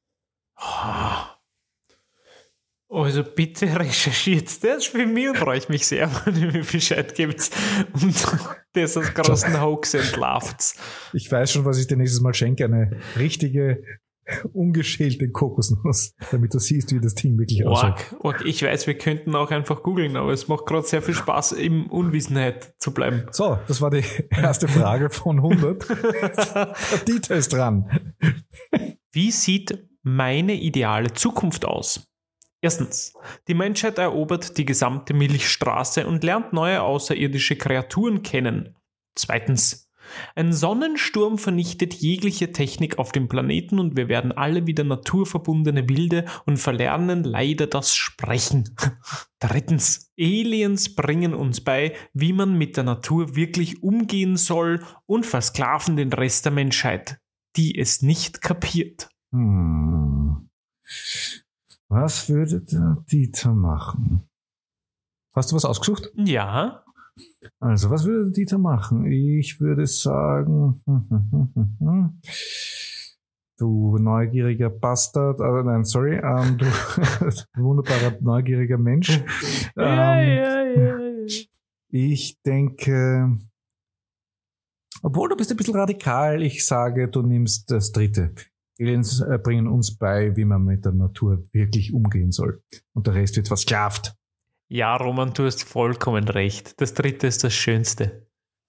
Also bitte recherchiert das für mich und freue ich mich sehr, wenn ihr mir Bescheid gebt und das als großen Hoax entlarvt. Ich weiß schon, was ich dir nächstes Mal schenke, eine richtige, ungeschälte Kokosnuss, damit du siehst, wie das Ding wirklich aussieht. Org, org. Ich weiß, wir könnten auch einfach googeln, aber es macht gerade sehr viel Spaß, im Unwissenheit zu bleiben. So, das war die erste Frage von hundert. Der Dieter ist dran. Wie sieht meine ideale Zukunft aus? Erstens, die Menschheit erobert die gesamte Milchstraße und lernt neue außerirdische Kreaturen kennen. Zweitens, ein Sonnensturm vernichtet jegliche Technik auf dem Planeten und wir werden alle wieder naturverbundene Wilde und verlernen leider das Sprechen. Drittens, Aliens bringen uns bei, wie man mit der Natur wirklich umgehen soll und versklaven den Rest der Menschheit, die es nicht kapiert. Hm. Was würde der Dieter machen? Hast du was ausgesucht? Ja. Also, was würde der Dieter machen? Ich würde sagen, hm, hm, hm, hm. Du neugieriger Bastard, äh, nein, sorry, ähm, du wunderbarer neugieriger Mensch. Ja, ähm, ja, ja, ja. Ich denke, obwohl du bist ein bisschen radikal, ich sage, du nimmst das dritte. Aliens äh, bringen uns bei, wie man mit der Natur wirklich umgehen soll. Und der Rest wird versklavt. Ja, Roman, du hast vollkommen recht. Das dritte ist das Schönste.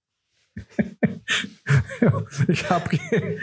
Ich habe ge-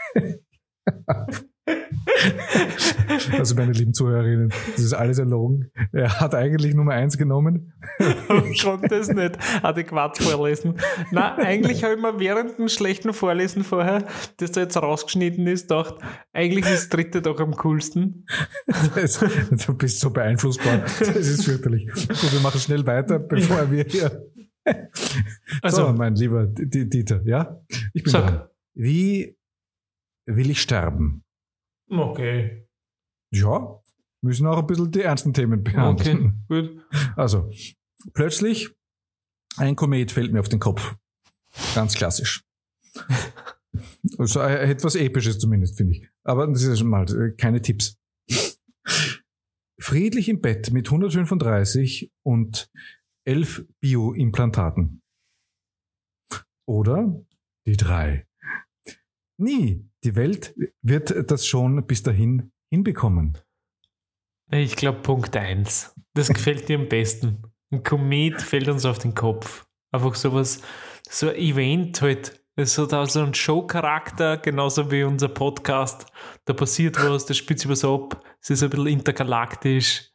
Also meine lieben Zuhörerinnen, das ist alles erlogen. Er hat eigentlich Nummer eins genommen. Ich konnte es nicht adäquat vorlesen. Na, eigentlich habe ich mir während dem schlechten Vorlesen vorher, das da jetzt rausgeschnitten ist, gedacht, eigentlich ist das dritte doch am coolsten. Das, du bist so beeinflussbar. Das ist fürchterlich. Gut, wir machen schnell weiter, bevor wir hier... Also, so, mein lieber D- Dieter, ja? Ich bin Sag. dran. Wie will ich sterben? okay. Ja, müssen auch ein bisschen die ernsten Themen Okay, behandeln. gut. Also, plötzlich ein Komet fällt mir auf den Kopf. Ganz klassisch. Also äh, etwas Episches zumindest, finde ich. Aber das ist schon mal äh, keine Tipps. Friedlich im Bett mit hundertfünfunddreißig und elf Bio-Implantaten. Oder die drei. Nie. Die Welt wird das schon bis dahin hinbekommen. Ich glaube Punkt eins. Das gefällt dir am besten. Ein Komet fällt uns auf den Kopf. Einfach sowas, so ein Event halt. Es hat auch so einen Show-Charakter, genauso wie unser Podcast. Da passiert was, da spielt sich was ab. Es ist ein bisschen intergalaktisch.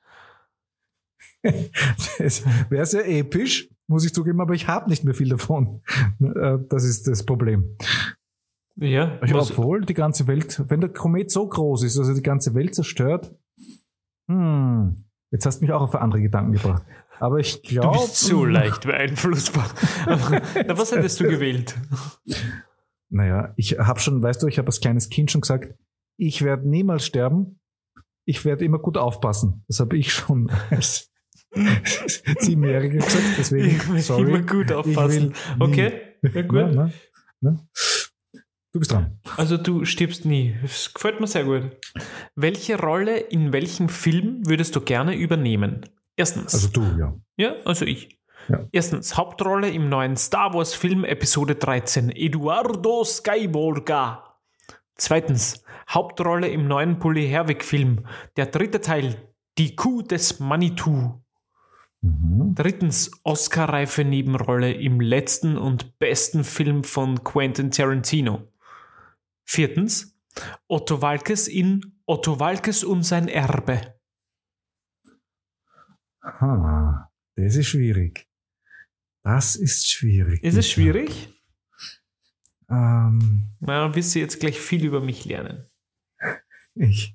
Es wäre sehr episch, muss ich zugeben, aber ich habe nicht mehr viel davon. Das ist das Problem. Ja, Ich was, obwohl die ganze Welt, wenn der Komet so groß ist, also die ganze Welt zerstört, hm, jetzt hast du mich auch auf andere Gedanken gebracht. Aber ich du glaube... bist so leicht beeinflussbar. Na, was hättest du gewählt? Naja, ich habe schon, weißt du, ich habe als kleines Kind schon gesagt, ich werde niemals sterben, ich werde immer gut aufpassen. Das habe ich schon als Siebenjähriger gesagt, deswegen, Ich will sorry. immer gut aufpassen. Ich will nie- Okay, ja, gut. Na, na, na. Du bist dran. Also du stirbst nie. Das gefällt mir sehr gut. Welche Rolle in welchem Film würdest du gerne übernehmen? Erstens. Also du, ja. Ja, also ich. Ja. Erstens, Hauptrolle im neuen Star Wars Film Episode dreizehn, Eduardo Skywalker. Zweitens, Hauptrolle im neuen Bully Herwig Film, der dritte Teil, Die Kuh des Manitou. Mhm. Drittens, Oscar-reife Nebenrolle im letzten und besten Film von Quentin Tarantino. Viertens, Otto Waalkes in Otto Waalkes und sein Erbe. Ha, das ist schwierig. Das ist schwierig. Ist es Dieter. schwierig? Ähm, Na, wirst du jetzt gleich viel über mich lernen. ich,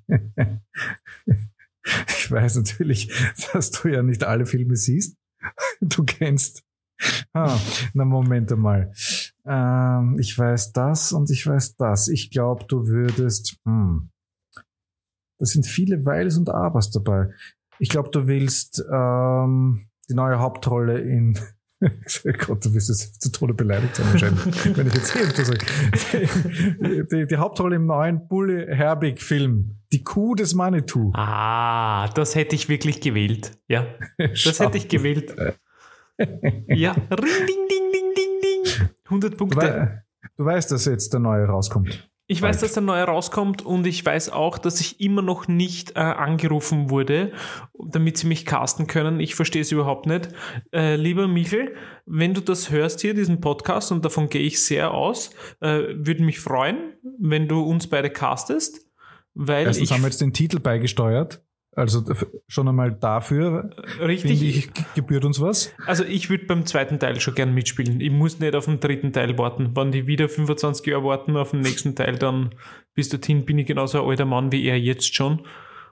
ich weiß natürlich, dass du ja nicht alle Filme siehst. Du kennst. Ah, na, Moment einmal. Ähm, ich weiß das und ich weiß das. Ich glaube, du würdest... Hm, da sind viele Weils und Abers dabei. Ich glaube, du willst ähm, die neue Hauptrolle in... Gott, du wirst jetzt zu Tode beleidigt sein wahrscheinlich, wenn ich jetzt hier sage. Die, die, die Hauptrolle im neuen Bully Herbig-Film. Die Kuh des Manitou. Ah, das hätte ich wirklich gewählt. Ja, das hätte ich gewählt. Ja, ring, ding, ding, ding, ding, ding. hundert Punkte. Du, wei- du weißt, dass jetzt der neue rauskommt. Ich weiß, dass der neue rauskommt und ich weiß auch, dass ich immer noch nicht äh, angerufen wurde, damit sie mich casten können. Ich verstehe es überhaupt nicht. Äh, lieber Michel, wenn du das hörst hier, diesen Podcast, und davon gehe ich sehr aus, äh, würde mich freuen, wenn du uns beide castest. Weil Erstens ich, haben wir jetzt den Titel beigesteuert. Also d- schon einmal dafür, richtig, finde ich, g- gebührt uns was. also ich würde beim zweiten Teil schon gern mitspielen. Ich muss nicht auf den dritten Teil warten. Wenn die wieder fünfundzwanzig Jahre warten auf den nächsten Teil, dann bis dorthin bin ich genauso ein alter Mann wie er jetzt schon.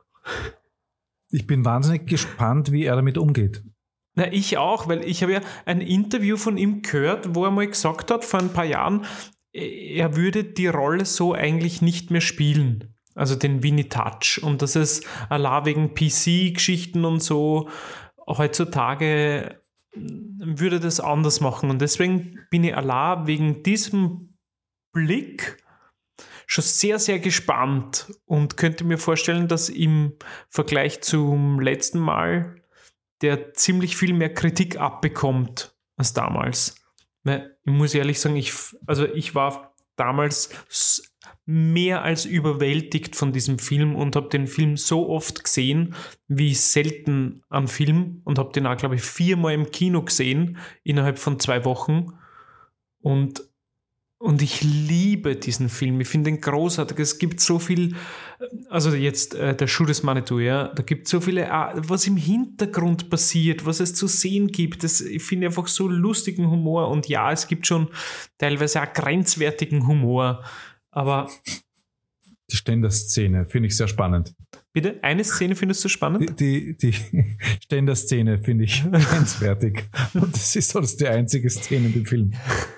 Ich bin wahnsinnig gespannt, wie er damit umgeht. Na, ich auch, weil ich habe ja ein Interview von ihm gehört, wo er mal gesagt hat, vor ein paar Jahren, er würde die Rolle so eigentlich nicht mehr spielen. Also den Winnie Touch. Und das ist allein wegen P C-Geschichten und so heutzutage würde das anders machen. Und deswegen bin ich allein wegen diesem Blick schon sehr, sehr gespannt und könnte mir vorstellen, dass im Vergleich zum letzten Mal der ziemlich viel mehr Kritik abbekommt als damals. Weil ich muss ehrlich sagen, ich, also ich war damals mehr als überwältigt von diesem Film und habe den Film so oft gesehen, wie selten an Film, und habe den auch, glaube ich, viermal im Kino gesehen, innerhalb von zwei Wochen. Und, und ich liebe diesen Film. Ich finde ihn großartig. Es gibt so viel, also jetzt äh, der Schuh des Manitou, ja, da gibt es so viele, äh, was im Hintergrund passiert, was es zu sehen gibt. Das, ich finde einfach so lustigen Humor. Und ja, es gibt schon teilweise auch grenzwertigen Humor. Aber Die Ständer-Szene finde ich sehr spannend. bitte, eine Szene findest du spannend? Die, die, die Ständer-Szene finde ich grenzwertig. Und das ist sonst die einzige Szene in dem Film.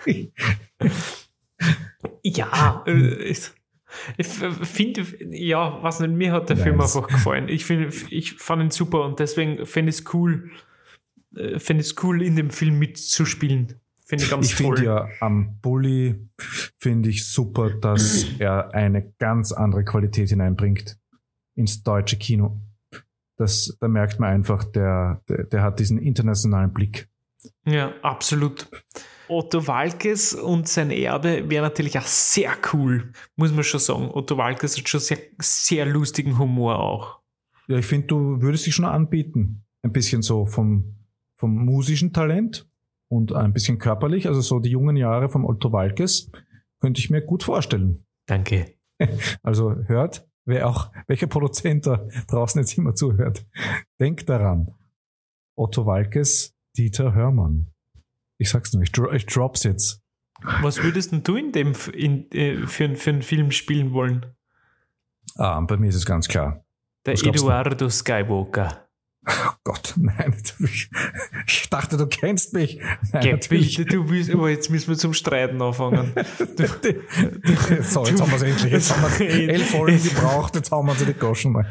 Ja, äh, ich, ich finde, ja, was nicht, mir hat der Nein, Film das- einfach gefallen. Ich, find, ich fand ihn super und deswegen finde ich es cool, äh, finde es cool, in dem Film mitzuspielen. Finde ich ganz Ich toll. finde ja am Bully finde ich super, dass er eine ganz andere Qualität hineinbringt ins deutsche Kino. Das, da merkt man einfach, der, der, der hat diesen internationalen Blick. Ja, absolut. Otto Waalkes und sein Erbe wäre natürlich auch sehr cool, muss man schon sagen. Otto Waalkes hat schon sehr, sehr lustigen Humor auch. Ja, ich finde, du würdest dich schon anbieten. Ein bisschen so vom, vom musischen Talent und ein bisschen körperlich. Also so die jungen Jahre vom Otto Waalkes könnte ich mir gut vorstellen. Danke. Also hört, wer auch, welcher Produzent da draußen jetzt immer zuhört, denkt daran. Otto Waalkes, Dieter Hörmann. Ich sag's nur, ich, dro- ich drop's jetzt. Was würdest denn du in dem F- in, äh, für, für einen Film spielen wollen? Ah, bei mir ist es ganz klar. Der Was glaubst du? Eduardo Skywalker. Oh Gott, nein. Ich, ich dachte, du kennst mich. Nein, Geh natürlich. bitte, du willst, aber jetzt müssen wir zum Streiten anfangen. So, jetzt haben wir es endlich. Jetzt haben wir elf Folgen gebraucht, jetzt haben wir sie die Goschen mal.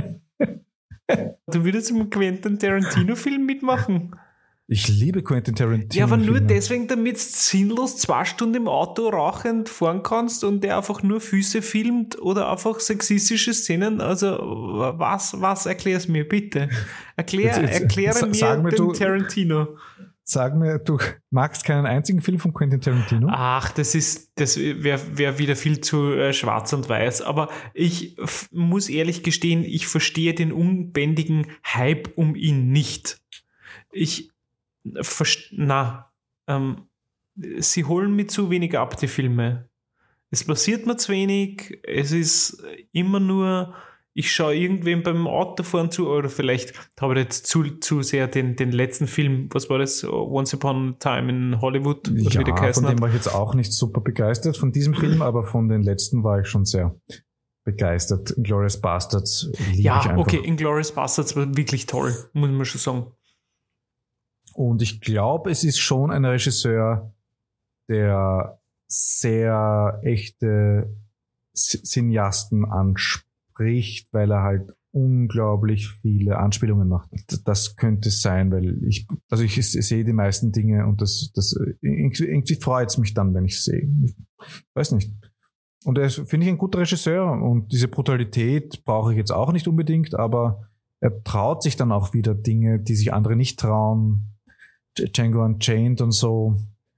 Du würdest im Quentin Tarantino-Film mitmachen. Ich liebe Quentin Tarantino. Ja, aber nur Filme. deswegen, damit du sinnlos zwei Stunden im Auto rauchend fahren kannst und der einfach nur Füße filmt oder einfach sexistische Szenen. Also, was, was erklär's mir bitte? Erklär, Jetzt- jetzt- erkläre sa- mir sag mir, den du- Tarantino. Sag mir, du magst keinen einzigen Film von Quentin Tarantino? Ach, das ist, das wäre wär wieder viel zu äh, schwarz und weiß. Aber ich f- muss ehrlich gestehen, ich verstehe den unbändigen Hype um ihn nicht. Ich, verst- na, ähm, sie holen mir zu wenig ab, die Filme. Es passiert mir zu wenig. Es ist immer nur, ich schaue irgendwem beim Autofahren zu, oder vielleicht habe ich jetzt zu, zu sehr den, den letzten Film, was war das? Once Upon a Time in Hollywood, oder wie der Ja, geheißen von dem hat. war ich jetzt auch nicht super begeistert, von diesem Film, aber von den letzten war ich schon sehr begeistert. Inglourious Bastards liebe ich Ja, einfach. okay, Inglourious Bastards war wirklich toll, muss man schon sagen. Und ich glaube, es ist schon ein Regisseur, der sehr echte Cineasten anspricht, weil er halt unglaublich viele Anspielungen macht. Das könnte es sein, weil ich, also ich sehe die meisten Dinge und das, das irgendwie, irgendwie freut es mich dann, wenn ich es sehe. Ich weiß nicht. Und er ist, finde ich, ein guter Regisseur und diese Brutalität brauche ich jetzt auch nicht unbedingt, aber er traut sich dann auch wieder Dinge, die sich andere nicht trauen. Django Unchained und so.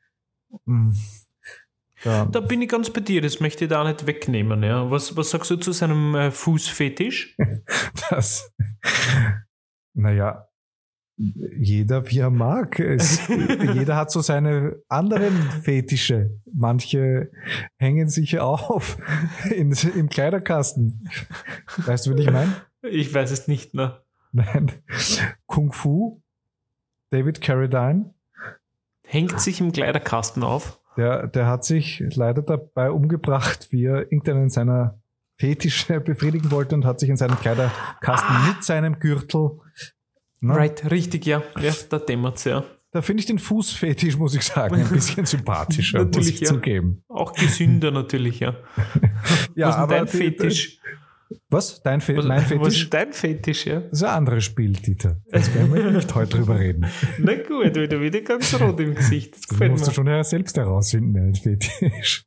Ja. Da bin ich ganz bei dir, das möchte ich da nicht wegnehmen. Ja. Was, was sagst du zu seinem äh, Fußfetisch? Das, naja, jeder wie er mag. Es, jeder hat so seine anderen Fetische. Manche hängen sich auf in, im Kleiderkasten. Weißt du, was ich meine? Ich weiß es nicht mehr. Nein. Kung Fu, David Carradine. Hängt sich im Kleiderkasten auf? Der, der hat sich leider dabei umgebracht, wie er irgendeinen seiner Fetische befriedigen wollte und hat sich in seinem Kleiderkasten ah. mit seinem Gürtel. Na, right, richtig, ja. Ja, da dämmert's, ja. Da finde ich den Fußfetisch, muss ich sagen, ein bisschen sympathischer, muss ich ja. zugeben. Auch gesünder natürlich, ja. Ja, was ist aber dein die, Fetisch? Was? Dein Fe- was, mein Fetisch? Was ist dein Fetisch, ja? Das ist ein anderes Spiel, Dieter. Das werden wir nicht heute drüber reden. Na gut, wieder wieder ganz rot im Gesicht. Das gefällt musst mir. Du schon ja selbst herausfinden, mein Fetisch.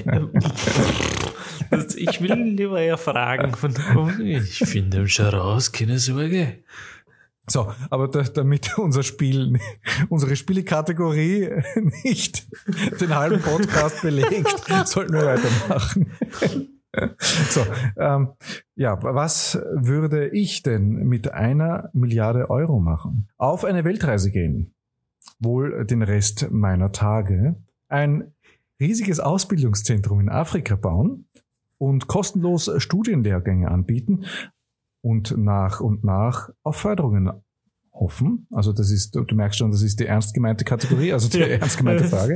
Das, ich will lieber ja fragen. Von, oh, ich finde ihn schon raus, keine Sorge. So, aber da, damit unser Spiel, unsere Spielekategorie nicht den halben Podcast belegt, sollten wir weitermachen. So, ähm, ja, was würde ich denn mit einer Milliarde Euro machen? Auf eine Weltreise gehen, wohl den Rest meiner Tage, ein riesiges Ausbildungszentrum in Afrika bauen und kostenlos Studienlehrgänge anbieten und nach und nach auf Förderungen hoffen. Also das ist, du merkst schon, das ist die ernst gemeinte Kategorie, also die ja. ernst gemeinte Frage.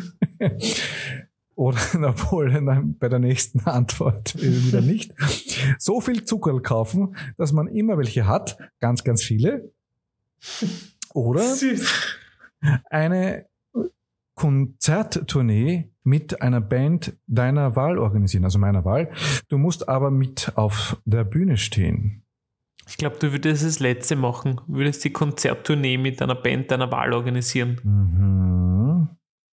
Oder obwohl bei der nächsten Antwort wieder nicht. So viel Zuckerl kaufen, dass man immer welche hat, ganz, ganz viele. Oder eine Konzerttournee mit einer Band deiner Wahl organisieren, also meiner Wahl. Du musst aber mit auf der Bühne stehen. Ich glaube, du würdest das Letzte machen. Du würdest die Konzerttournee mit einer Band deiner Wahl organisieren. Mhm.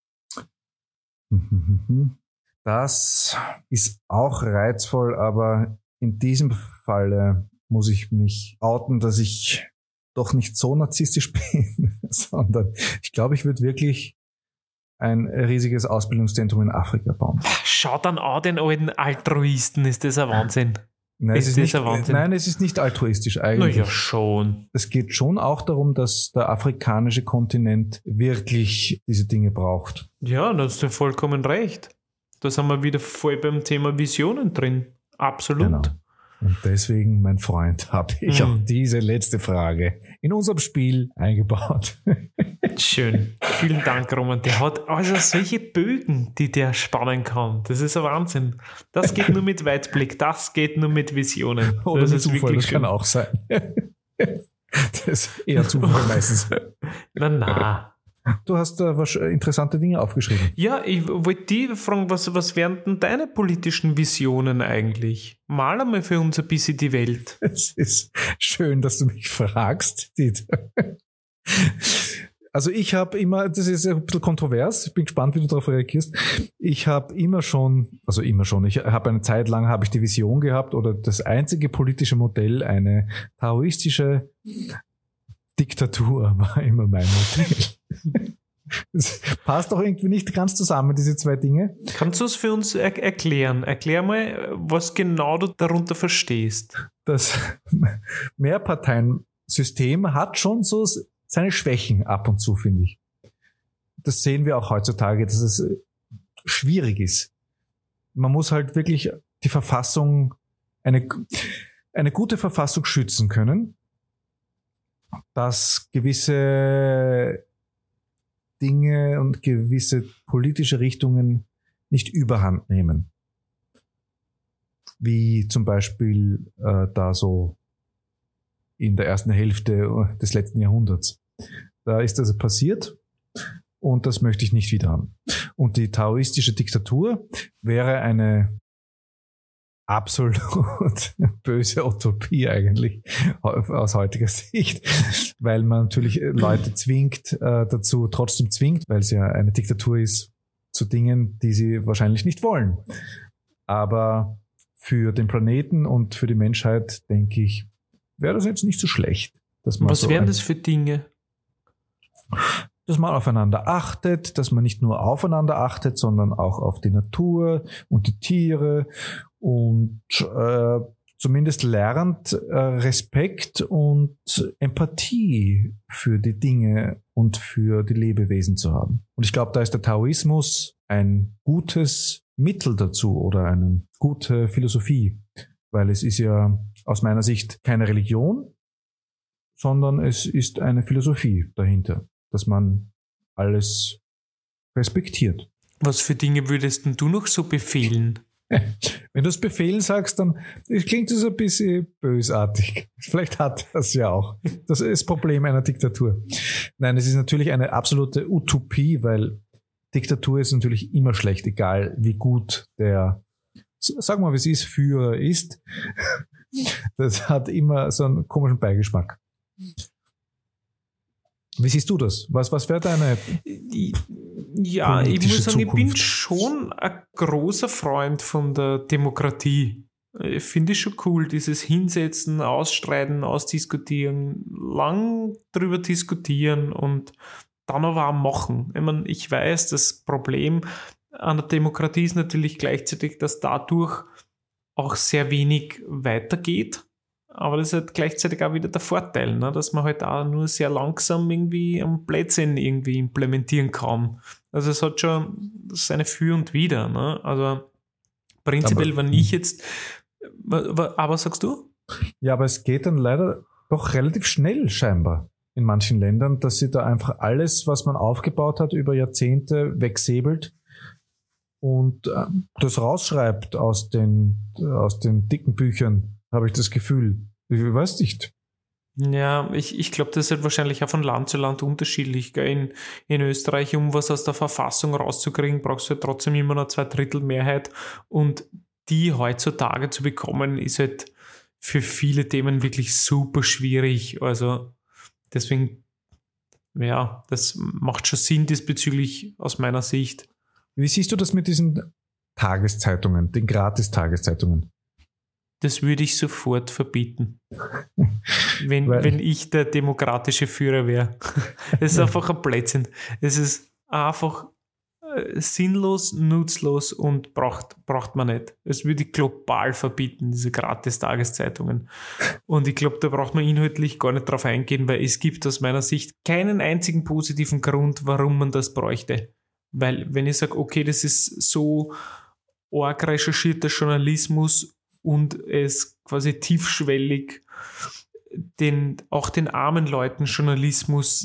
Das ist auch reizvoll, aber in diesem Falle muss ich mich outen, dass ich doch nicht so narzisstisch bin, sondern ich glaube, ich würde wirklich ein riesiges Ausbildungszentrum in Afrika bauen. Schau dann an den alten Altruisten, ist das ein Wahnsinn. Nein, ist es ist das nicht, ein Wahnsinn? Nein, es ist nicht altruistisch eigentlich. Na ja, schon. Es geht schon auch darum, dass der afrikanische Kontinent wirklich diese Dinge braucht. Ja, da hast du vollkommen recht. Da sind wir wieder voll beim Thema Visionen drin. Absolut. Genau. Und deswegen, mein Freund, habe ich hm. auch diese letzte Frage in unserem Spiel eingebaut. Schön. Vielen Dank, Roman. Der hat also solche Bögen, die der spannen kann. Das ist ein Wahnsinn. Das geht nur mit Weitblick. Das geht nur mit Visionen. Oder das mit ist Zufall, wirklich das schön. kann auch sein. Das ist eher Zufall meistens. Na, na. Du hast da was interessante Dinge aufgeschrieben. Ja, ich wollte dich fragen, was, was wären denn deine politischen Visionen eigentlich? Mal einmal für uns ein bisschen die Welt. Es ist schön, dass du mich fragst, Dieter. Also ich habe immer, das ist ein bisschen kontrovers, ich bin gespannt, wie du darauf reagierst. Ich habe immer schon, also immer schon, ich habe eine Zeit lang, habe ich die Vision gehabt oder das einzige politische Modell, eine taoistische Diktatur war immer mein Modell. Das passt doch irgendwie nicht ganz zusammen, diese zwei Dinge. Kannst du es für uns er- erklären? Erklär mal, was genau du darunter verstehst. Das Mehrparteiensystem hat schon so seine Schwächen ab und zu, finde ich. Das sehen wir auch heutzutage, dass es schwierig ist. Man muss halt wirklich die Verfassung, eine, eine gute Verfassung schützen können, dass gewisse Dinge und gewisse politische Richtungen nicht überhand nehmen. Wie zum Beispiel äh, da so in der ersten Hälfte des letzten Jahrhunderts. Da ist das passiert und das möchte ich nicht wieder haben. Und die taoistische Diktatur wäre eine absolut böse Utopie eigentlich aus heutiger Sicht, weil man natürlich Leute zwingt, äh, dazu trotzdem zwingt, weil es ja eine Diktatur ist, zu Dingen, die sie wahrscheinlich nicht wollen. Aber für den Planeten und für die Menschheit, denke ich, wäre das jetzt nicht so schlecht. Dass man Was so wären ein, das für Dinge? Dass man aufeinander achtet, dass man nicht nur aufeinander achtet, sondern auch auf die Natur und die Tiere und äh, zumindest lernt, äh, Respekt und Empathie für die Dinge und für die Lebewesen zu haben. Und ich glaube, da ist der Taoismus ein gutes Mittel dazu oder eine gute Philosophie, weil es ist ja aus meiner Sicht keine Religion, sondern es ist eine Philosophie dahinter, dass man alles respektiert. Was für Dinge würdest denn du noch so befehlen? Wenn du das Befehlen sagst, dann klingt das ein bisschen bösartig. Vielleicht hat das ja auch. Das ist das Problem einer Diktatur. Nein, es ist natürlich eine absolute Utopie, weil Diktatur ist natürlich immer schlecht, egal wie gut der, sag mal, wie es ist, Führer ist. Das hat immer so einen komischen Beigeschmack. Wie siehst du das? Was, was wäre deine Ja, ich muss sagen, Zukunft? Ich bin schon ein großer Freund von der Demokratie. Ich finde es schon cool, dieses Hinsetzen, Ausstreiten, Ausdiskutieren, lang drüber diskutieren und dann aber auch machen. Ich meine, ich weiß, das Problem an der Demokratie ist natürlich gleichzeitig, dass dadurch auch sehr wenig weitergeht. Aber das ist halt gleichzeitig auch wieder der Vorteil, ne? Dass man halt auch nur sehr langsam irgendwie am Blödsinn irgendwie implementieren kann. Also es hat schon seine Für und Wider. Ne? Also prinzipiell, aber, wenn ich jetzt... Aber sagst du? Ja, aber es geht dann leider doch relativ schnell scheinbar in manchen Ländern, dass sie da einfach alles, was man aufgebaut hat, über Jahrzehnte wegsäbelt und äh, das rausschreibt aus den, aus den dicken Büchern. Habe ich das Gefühl. Ich weiß nicht. Ja, ich, ich glaube, das ist halt wahrscheinlich auch von Land zu Land unterschiedlich. Gell? In, in Österreich, um was aus der Verfassung rauszukriegen, brauchst du halt trotzdem immer noch zwei Drittel Mehrheit. Und die heutzutage zu bekommen, ist halt für viele Themen wirklich super schwierig. Also deswegen, ja, das macht schon Sinn diesbezüglich aus meiner Sicht. Wie siehst du das mit diesen Tageszeitungen, den Gratis-Tageszeitungen? Das würde ich sofort verbieten, wenn, wenn ich der demokratische Führer wäre. Es ist einfach ein Blödsinn. Es ist einfach äh, sinnlos, nutzlos und braucht, braucht man nicht. Das würde ich global verbieten, diese Gratis-Tageszeitungen. Und ich glaube, da braucht man inhaltlich gar nicht drauf eingehen, weil es gibt aus meiner Sicht keinen einzigen positiven Grund, warum man das bräuchte. Weil wenn ich sage, okay, das ist so arg recherchierter Journalismus, und es quasi tiefschwellig den, auch den armen Leuten Journalismus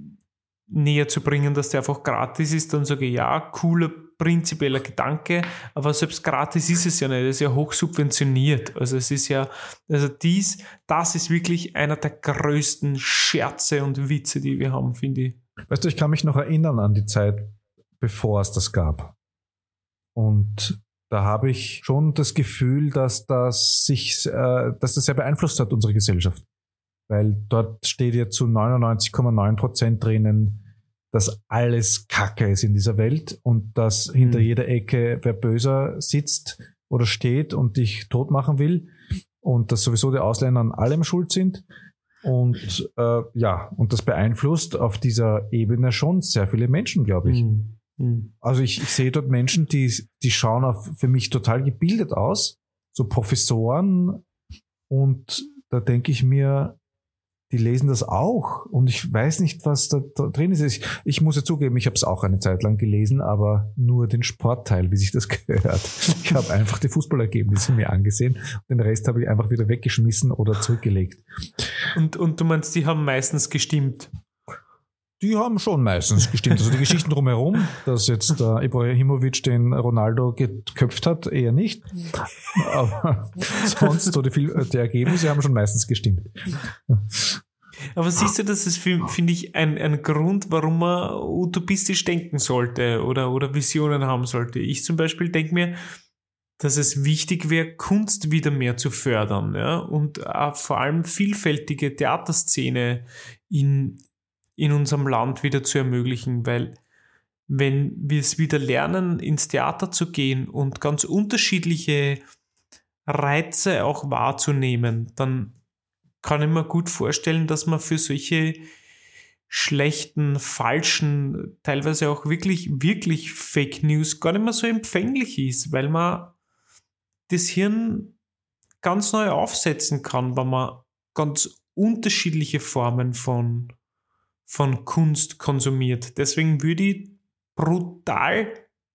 näher zu bringen, dass der einfach gratis ist, dann sage ich, ja, cooler prinzipieller Gedanke, aber selbst gratis ist es ja nicht, es ist ja hoch subventioniert. Also es ist ja, also dies, das ist wirklich einer der größten Scherze und Witze, die wir haben, finde ich. Weißt du, ich kann mich noch erinnern an die Zeit, bevor es das gab. Und da habe ich schon das Gefühl, dass das sich, äh, dass das sehr beeinflusst hat, unsere Gesellschaft. Weil dort steht ja zu neunundneunzig Komma neun Prozent drinnen, dass alles Kacke ist in dieser Welt und dass mhm. hinter jeder Ecke wer böser sitzt oder steht und dich tot machen will und dass sowieso die Ausländer an allem schuld sind. Und äh, ja, und das beeinflusst auf dieser Ebene schon sehr viele Menschen, glaube ich. Mhm. Also ich, ich sehe dort Menschen, die, die schauen auf, für mich total gebildet aus, so Professoren, und da denke ich mir, die lesen das auch und ich weiß nicht, was da, da drin ist. Ich, ich muss ja zugeben, ich habe es auch eine Zeit lang gelesen, aber nur den Sportteil, wie sich das gehört. Ich habe einfach die Fußballergebnisse mir angesehen und den Rest habe ich einfach wieder weggeschmissen oder zurückgelegt. Und, und du meinst, die haben meistens gestimmt? Die haben schon meistens gestimmt. Also die Geschichten drumherum, dass jetzt der Ibrahimovic den Ronaldo geköpft hat, eher nicht. Aber sonst so die, die Ergebnisse haben schon meistens gestimmt. Aber siehst du, das ist, finde ich, ein, ein Grund, warum man utopistisch denken sollte oder, oder Visionen haben sollte. Ich zum Beispiel denke mir, dass es wichtig wäre, Kunst wieder mehr zu fördern, ja, und äh, vor allem vielfältige Theaterszene in, in unserem Land wieder zu ermöglichen, weil wenn wir es wieder lernen, ins Theater zu gehen und ganz unterschiedliche Reize auch wahrzunehmen, dann kann ich mir gut vorstellen, dass man für solche schlechten, falschen, teilweise auch wirklich, wirklich Fake News gar nicht mehr so empfänglich ist, weil man das Hirn ganz neu aufsetzen kann, weil man ganz unterschiedliche Formen von, von Kunst konsumiert. Deswegen würde ich brutal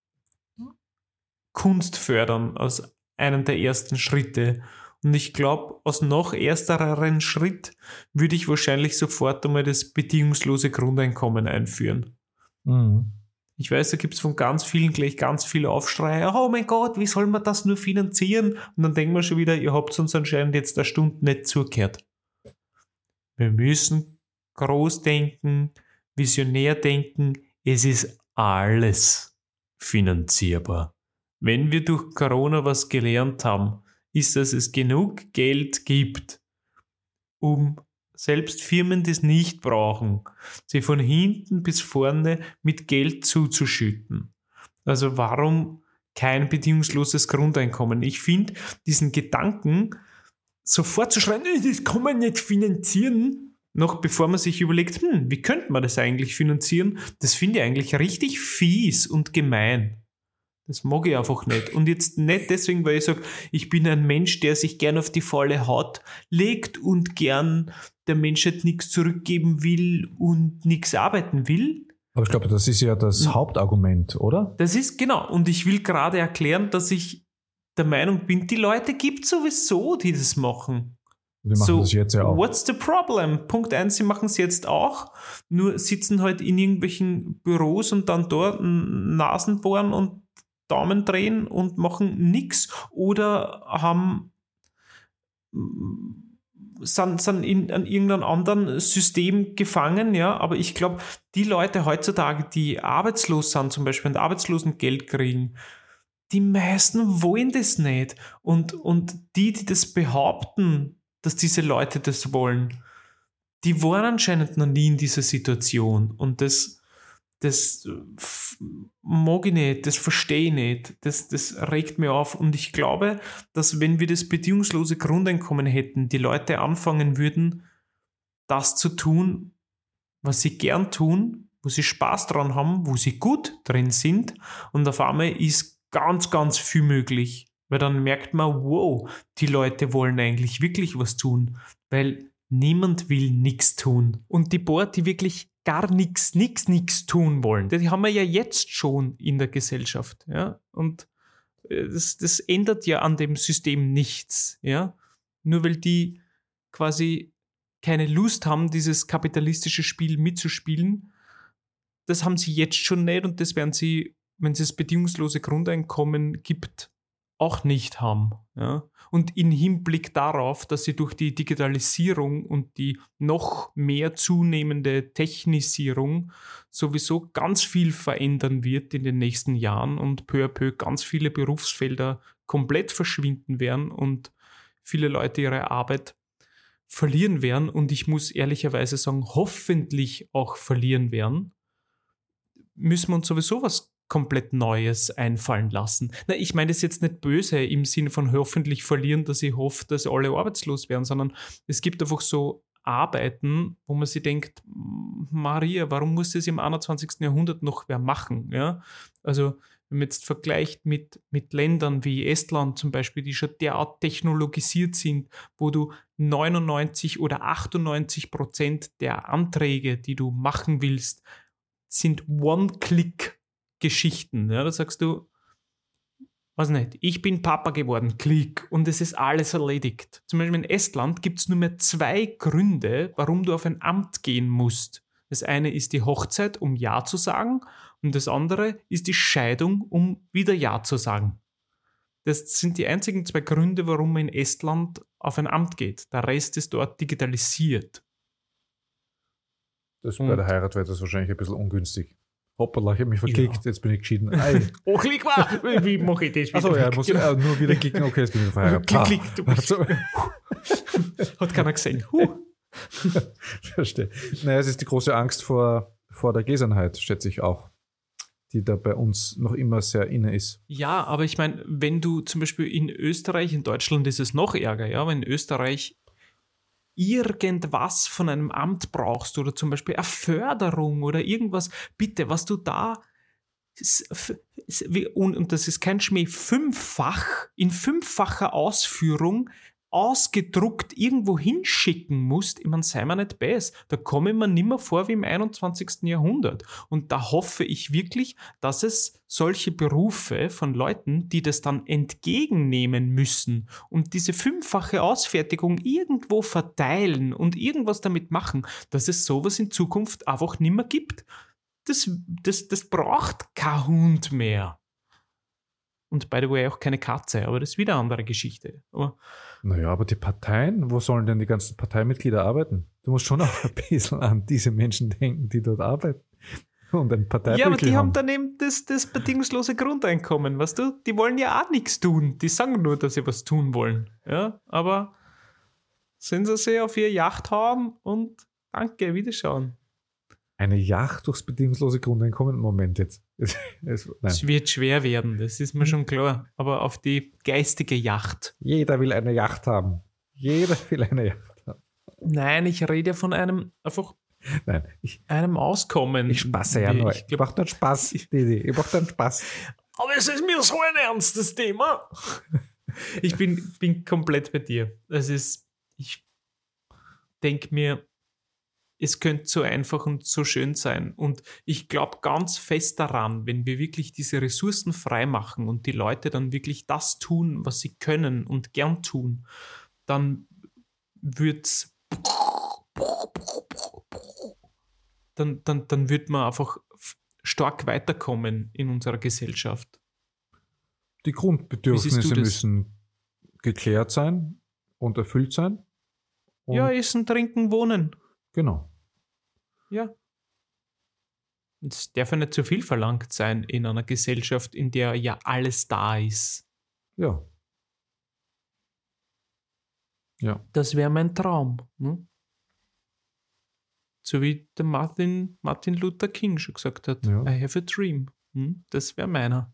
Kunst fördern als einen der ersten Schritte. Und ich glaube, als noch erstereren Schritt würde ich wahrscheinlich sofort einmal das bedingungslose Grundeinkommen einführen. Mhm. Ich weiß, da gibt es von ganz vielen gleich ganz viel Aufschrei. Oh mein Gott, wie soll man das nur finanzieren? Und dann denken wir schon wieder, ihr habt uns anscheinend jetzt eine Stunde nicht zugehört. Wir müssen groß denken, visionär denken. Es ist alles finanzierbar. Wenn wir durch Corona was gelernt haben, ist, dass es genug Geld gibt, um selbst Firmen, die es nicht brauchen, sie von hinten bis vorne mit Geld zuzuschütten. Also warum kein bedingungsloses Grundeinkommen? Ich finde diesen Gedanken, sofort zu schreien, das kann man nicht finanzieren, noch bevor man sich überlegt, hm, wie könnte man das eigentlich finanzieren, das finde ich eigentlich richtig fies und gemein. Das mag ich einfach nicht. Und jetzt nicht deswegen, weil ich sage, ich bin ein Mensch, der sich gern auf die faule Haut legt und gern der Menschheit nichts zurückgeben will und nichts arbeiten will. Aber ich glaube, das ist ja das mhm. Hauptargument, oder? Das ist, genau. Und ich will gerade erklären, dass ich der Meinung bin, die Leute gibt es sowieso, die das machen. Die machen so, das jetzt ja auch. What's the problem? Punkt eins, sie machen es jetzt auch, nur sitzen halt in irgendwelchen Büros und dann dort Nasen bohren und Daumen drehen und machen nichts oder haben sind, sind in an irgendeinem anderen System gefangen, ja, aber ich glaube, die Leute heutzutage, die arbeitslos sind zum Beispiel und Arbeitslosengeld kriegen, die meisten wollen das nicht und, und die, die das behaupten, dass diese Leute das wollen, die waren anscheinend noch nie in dieser Situation und das Das mag ich nicht, das verstehe ich nicht, das, das regt mir auf. Und ich glaube, dass wenn wir das bedingungslose Grundeinkommen hätten, die Leute anfangen würden, das zu tun, was sie gern tun, wo sie Spaß dran haben, wo sie gut drin sind. Und auf einmal ist ganz, ganz viel möglich. Weil dann merkt man, wow, die Leute wollen eigentlich wirklich was tun. Weil niemand will nichts tun. Und die paar, die wirklich gar nichts, nichts, nichts tun wollen. Die haben wir ja jetzt schon in der Gesellschaft. Ja? Und das, das ändert ja an dem System nichts. Ja? Nur weil die quasi keine Lust haben, dieses kapitalistische Spiel mitzuspielen, das haben sie jetzt schon nicht und das werden sie, wenn es das bedingungslose Grundeinkommen gibt, auch nicht haben. Ja? Und im Hinblick darauf, dass sie durch die Digitalisierung und die noch mehr zunehmende Technisierung sowieso ganz viel verändern wird in den nächsten Jahren und peu à peu ganz viele Berufsfelder komplett verschwinden werden und viele Leute ihre Arbeit verlieren werden und ich muss ehrlicherweise sagen, hoffentlich auch verlieren werden, müssen wir uns sowieso was komplett Neues einfallen lassen. Na, ich meine das jetzt nicht böse im Sinne von hoffentlich verlieren, dass ich hoffe, dass alle arbeitslos werden, sondern es gibt einfach so Arbeiten, wo man sich denkt, Maria, warum muss das im einundzwanzigsten Jahrhundert noch wer machen? Ja? Also wenn man jetzt vergleicht mit, mit Ländern wie Estland zum Beispiel, die schon derart technologisiert sind, wo du neunundneunzig oder achtundneunzig Prozent der Anträge, die du machen willst, sind One-Click Geschichten. Ja, da sagst du, weiß nicht, ich bin Papa geworden, klick, und es ist alles erledigt. Zum Beispiel in Estland gibt es nur mehr zwei Gründe, warum du auf ein Amt gehen musst. Das eine ist die Hochzeit, um Ja zu sagen, und das andere ist die Scheidung, um wieder Ja zu sagen. Das sind die einzigen zwei Gründe, warum man in Estland auf ein Amt geht. Der Rest ist dort digitalisiert. Das Und- bei der Heirat wäre das wahrscheinlich ein bisschen ungünstig. Hoppala, ich habe mich verklickt, Ja. jetzt bin ich geschieden. Ei. Oh, klick mal! Wie mache ich das? Achso, ja, weg? muss Genau. äh, nur wieder klicken, okay, jetzt bin ich verheiratet. Klick, Ah. klick, du bist- Also, Hat keiner gesehen. Huh. verstehe. Naja, es ist die große Angst vor, vor der Gläsernheit, schätze ich auch, die da bei uns noch immer sehr inne ist. Ja, aber ich meine, wenn du zum Beispiel in Österreich, in Deutschland ist es noch ärger, ja, wenn in Österreich irgendwas von einem Amt brauchst oder zum Beispiel eine Förderung oder irgendwas, bitte, was du da s- f- s- wie- und, und das ist kein Schmäh, fünffach, in fünffacher Ausführung ausgedruckt irgendwo hinschicken musst, ich meine, sei mir nicht best, da komme ich mir nimmer vor wie im einundzwanzigsten Jahrhundert. Und da hoffe ich wirklich, dass es solche Berufe von Leuten, die das dann entgegennehmen müssen und diese fünffache Ausfertigung irgendwo verteilen und irgendwas damit machen, dass es sowas in Zukunft einfach nimmer gibt. Das, das, das braucht kein Hund mehr. Und by the way auch keine Katze, aber das ist wieder eine andere Geschichte. Aber Naja, aber die Parteien, wo sollen denn die ganzen Parteimitglieder arbeiten? Du musst schon auch ein bisschen an diese Menschen denken, die dort arbeiten. Und ein Parteibuch ja, aber die haben dann eben das, das bedingungslose Grundeinkommen, weißt du? Die wollen ja auch nichts tun. Die sagen nur, dass sie was tun wollen. Ja, aber sind sie sich auf ihr Yacht hauen und danke, wiederschauen. Eine Yacht durchs bedingungslose Grundeinkommen? Moment jetzt. Es, es, nein. Es wird schwer werden, das ist mir schon klar. Aber auf die geistige Yacht. Jeder will eine Yacht haben. Jeder will eine Yacht haben. Nein, ich rede ja von einem, einfach Nein, ich, einem Auskommen. ich spaße ja nur. Ich Ich glaub, mache nur Spaß, Didi. Ich mache dann Spaß. aber es ist mir so ein ernstes Thema. Ich bin, bin komplett bei dir. Es ist, ich denke mir, es könnte so einfach und so schön sein. Und ich glaube ganz fest daran, wenn wir wirklich diese Ressourcen freimachen und die Leute dann wirklich das tun, was sie können und gern tun, dann wird's dann, dann, dann wird man einfach f- stark weiterkommen in unserer Gesellschaft. Die Wie Grundbedürfnisse siehst du das? müssen geklärt sein und erfüllt sein. Und Ja, essen, trinken, wohnen. genau. Ja. Und es darf ja nicht zu viel verlangt sein in einer Gesellschaft, in der ja alles da ist. Ja. Ja. Das wäre mein Traum. Ne? So wie der Martin, Martin Luther King schon gesagt hat. Ja. I have a dream. Hm? Das wäre meiner.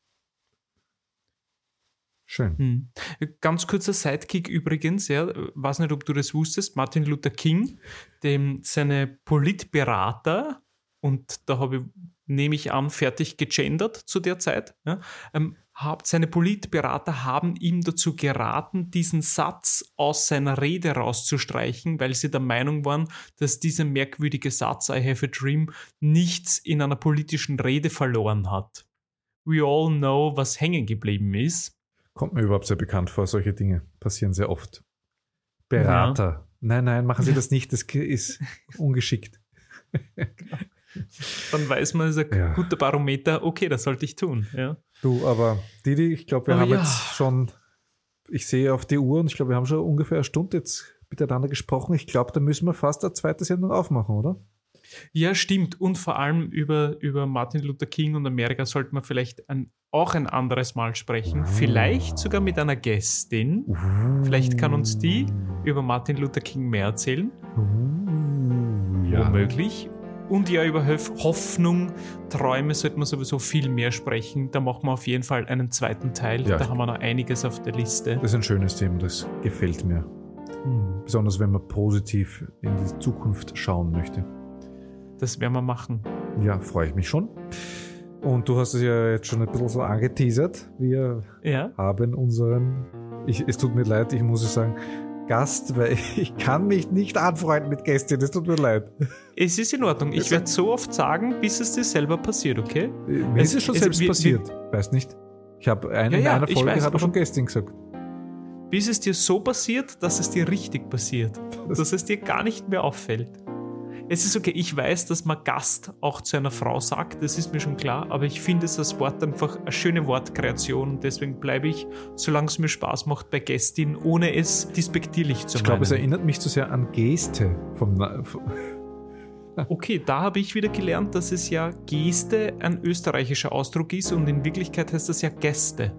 Schön. Hm. Ganz kurzer Sidekick übrigens, ja, weiß nicht, ob du das wusstest, Martin Luther King, dem seine Politberater, und da habe ich, nehme ich an, fertig gegendert zu der Zeit, ja, ähm, hab, seine Politberater haben ihm dazu geraten, diesen Satz aus seiner Rede rauszustreichen, weil sie der Meinung waren, dass dieser merkwürdige Satz, I have a dream, nichts in einer politischen Rede verloren hat. We all know, was hängen geblieben ist. Kommt mir überhaupt sehr bekannt vor, solche Dinge passieren sehr oft. Berater. Nein, nein, machen Sie das nicht, das ist ungeschickt. Dann weiß man, das ist ein Ja. guter Barometer, okay, das sollte ich tun. Ja. Du, aber Didi, ich glaube, wir Aber haben ja. jetzt schon, ich sehe auf die Uhr und ich glaube, wir haben schon ungefähr eine Stunde jetzt miteinander gesprochen. Ich glaube, da müssen wir fast eine zweite Sendung aufmachen, oder? Ja, stimmt. Und vor allem über, über Martin Luther King und Amerika sollte man vielleicht ein, auch ein anderes Mal sprechen. Vielleicht sogar mit einer Gästin. Vielleicht kann uns die über Martin Luther King mehr erzählen. Uh, ja. Womöglich. Und ja, über Hof- Hoffnung, Träume sollte man sowieso viel mehr sprechen. Da machen wir auf jeden Fall einen zweiten Teil. Ja. Da haben wir noch einiges auf der Liste. Das ist ein schönes Thema, das gefällt mir. Hm, Besonders wenn man positiv in die Zukunft schauen möchte. Das werden wir machen. Ja, freue ich mich schon. Und du hast es ja jetzt schon ein bisschen so angeteasert. Wir Ja. haben unseren, ich, es tut mir leid, ich muss es sagen, Gast, weil ich kann mich nicht anfreunden mit Gästen, es tut mir leid. Es ist in Ordnung. Ich Es- werde so oft sagen, bis es dir selber passiert, okay? Mir Es- ist es schon es- selbst wir- passiert, weißt nicht? Ich habe eine, Ja, in ja, einer ich Folge weiß, habe ich schon aber- Gästin gesagt. Bis es dir so passiert, dass es dir richtig passiert. Dass es dir gar nicht mehr auffällt. Es ist okay, ich weiß, dass man Gast auch zu einer Frau sagt, das ist mir schon klar, aber ich finde es als Wort einfach eine schöne Wortkreation und deswegen bleibe ich, solange es mir Spaß macht, bei Gästin, ohne es despektierlich zu Ich glaube, es meinen. erinnert mich zu sehr an Geste. Vom, Na- vom Okay, da habe ich wieder gelernt, dass es ja Geste ein österreichischer Ausdruck ist und in Wirklichkeit heißt das ja Gäste.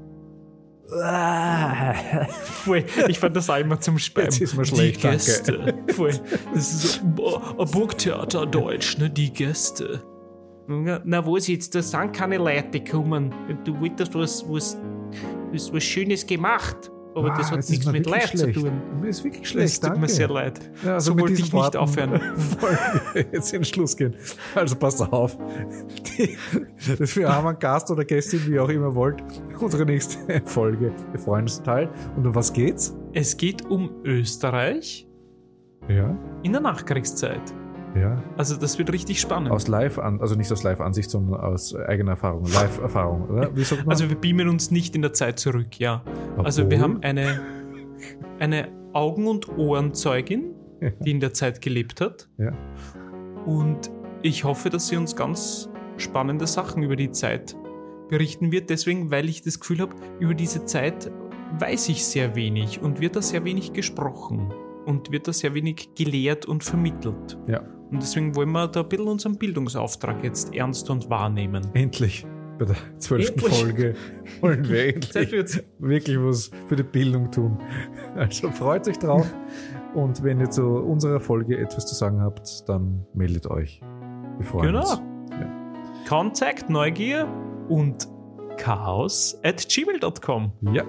Voll. Ich fand das auch immer zum Speiben. Jetzt ist mir schlecht, die Gäste. Voll. Das ist so ein Burgtheater Deutsch, ne? Die Gäste. Na, was jetzt? Da sind keine Leute gekommen. Du wolltest was, was, was, was Schönes gemacht. Aber Ah, das hat es ist nichts mir mit wirklich Leid zu schlecht. tun. Mir ist wirklich Das schlecht, tut danke. mir sehr leid. Ja, also so mit wollte diesen ich nicht Worten aufhören. wollen wir jetzt in den Schluss gehen. Also passt auf. Die, das wir haben einen Gast oder Gästin, wie ihr auch immer wollt. Unsere nächste Folge. Wir freuen uns total. Und um was geht's? Es geht um Österreich Ja. in der Nachkriegszeit. Ja. Also das wird richtig spannend. Aus Live an, also nicht aus Live-Ansicht, sondern aus eigener Erfahrung. Live-Erfahrung, oder? Wie sagt man? Also wir beamen uns nicht in der Zeit zurück, ja. Also wir Obwohl- haben eine, eine Augen- und Ohrenzeugin, die in der Zeit gelebt hat. Ja. Und ich hoffe, dass sie uns ganz spannende Sachen über die Zeit berichten wird. Deswegen, weil ich das Gefühl habe, über diese Zeit weiß ich sehr wenig und wird da sehr wenig gesprochen und wird da sehr wenig gelehrt und vermittelt. Ja. Und deswegen wollen wir da ein bisschen unseren Bildungsauftrag jetzt ernst und wahrnehmen. Endlich. Bei der zwölften Endlich. Folge wollen wir Zeit endlich wird's. wirklich was für die Bildung tun. Also freut euch drauf. Und wenn ihr zu unserer Folge etwas zu sagen habt, dann meldet euch. Wir freuen Genau. uns. Kontakt, Neugier und chaos at gmail dot com. Ja,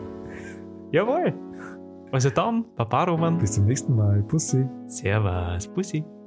Jawohl. Also dann, Baba Roman. bis zum nächsten Mal. Pussy. Servus, Bussi.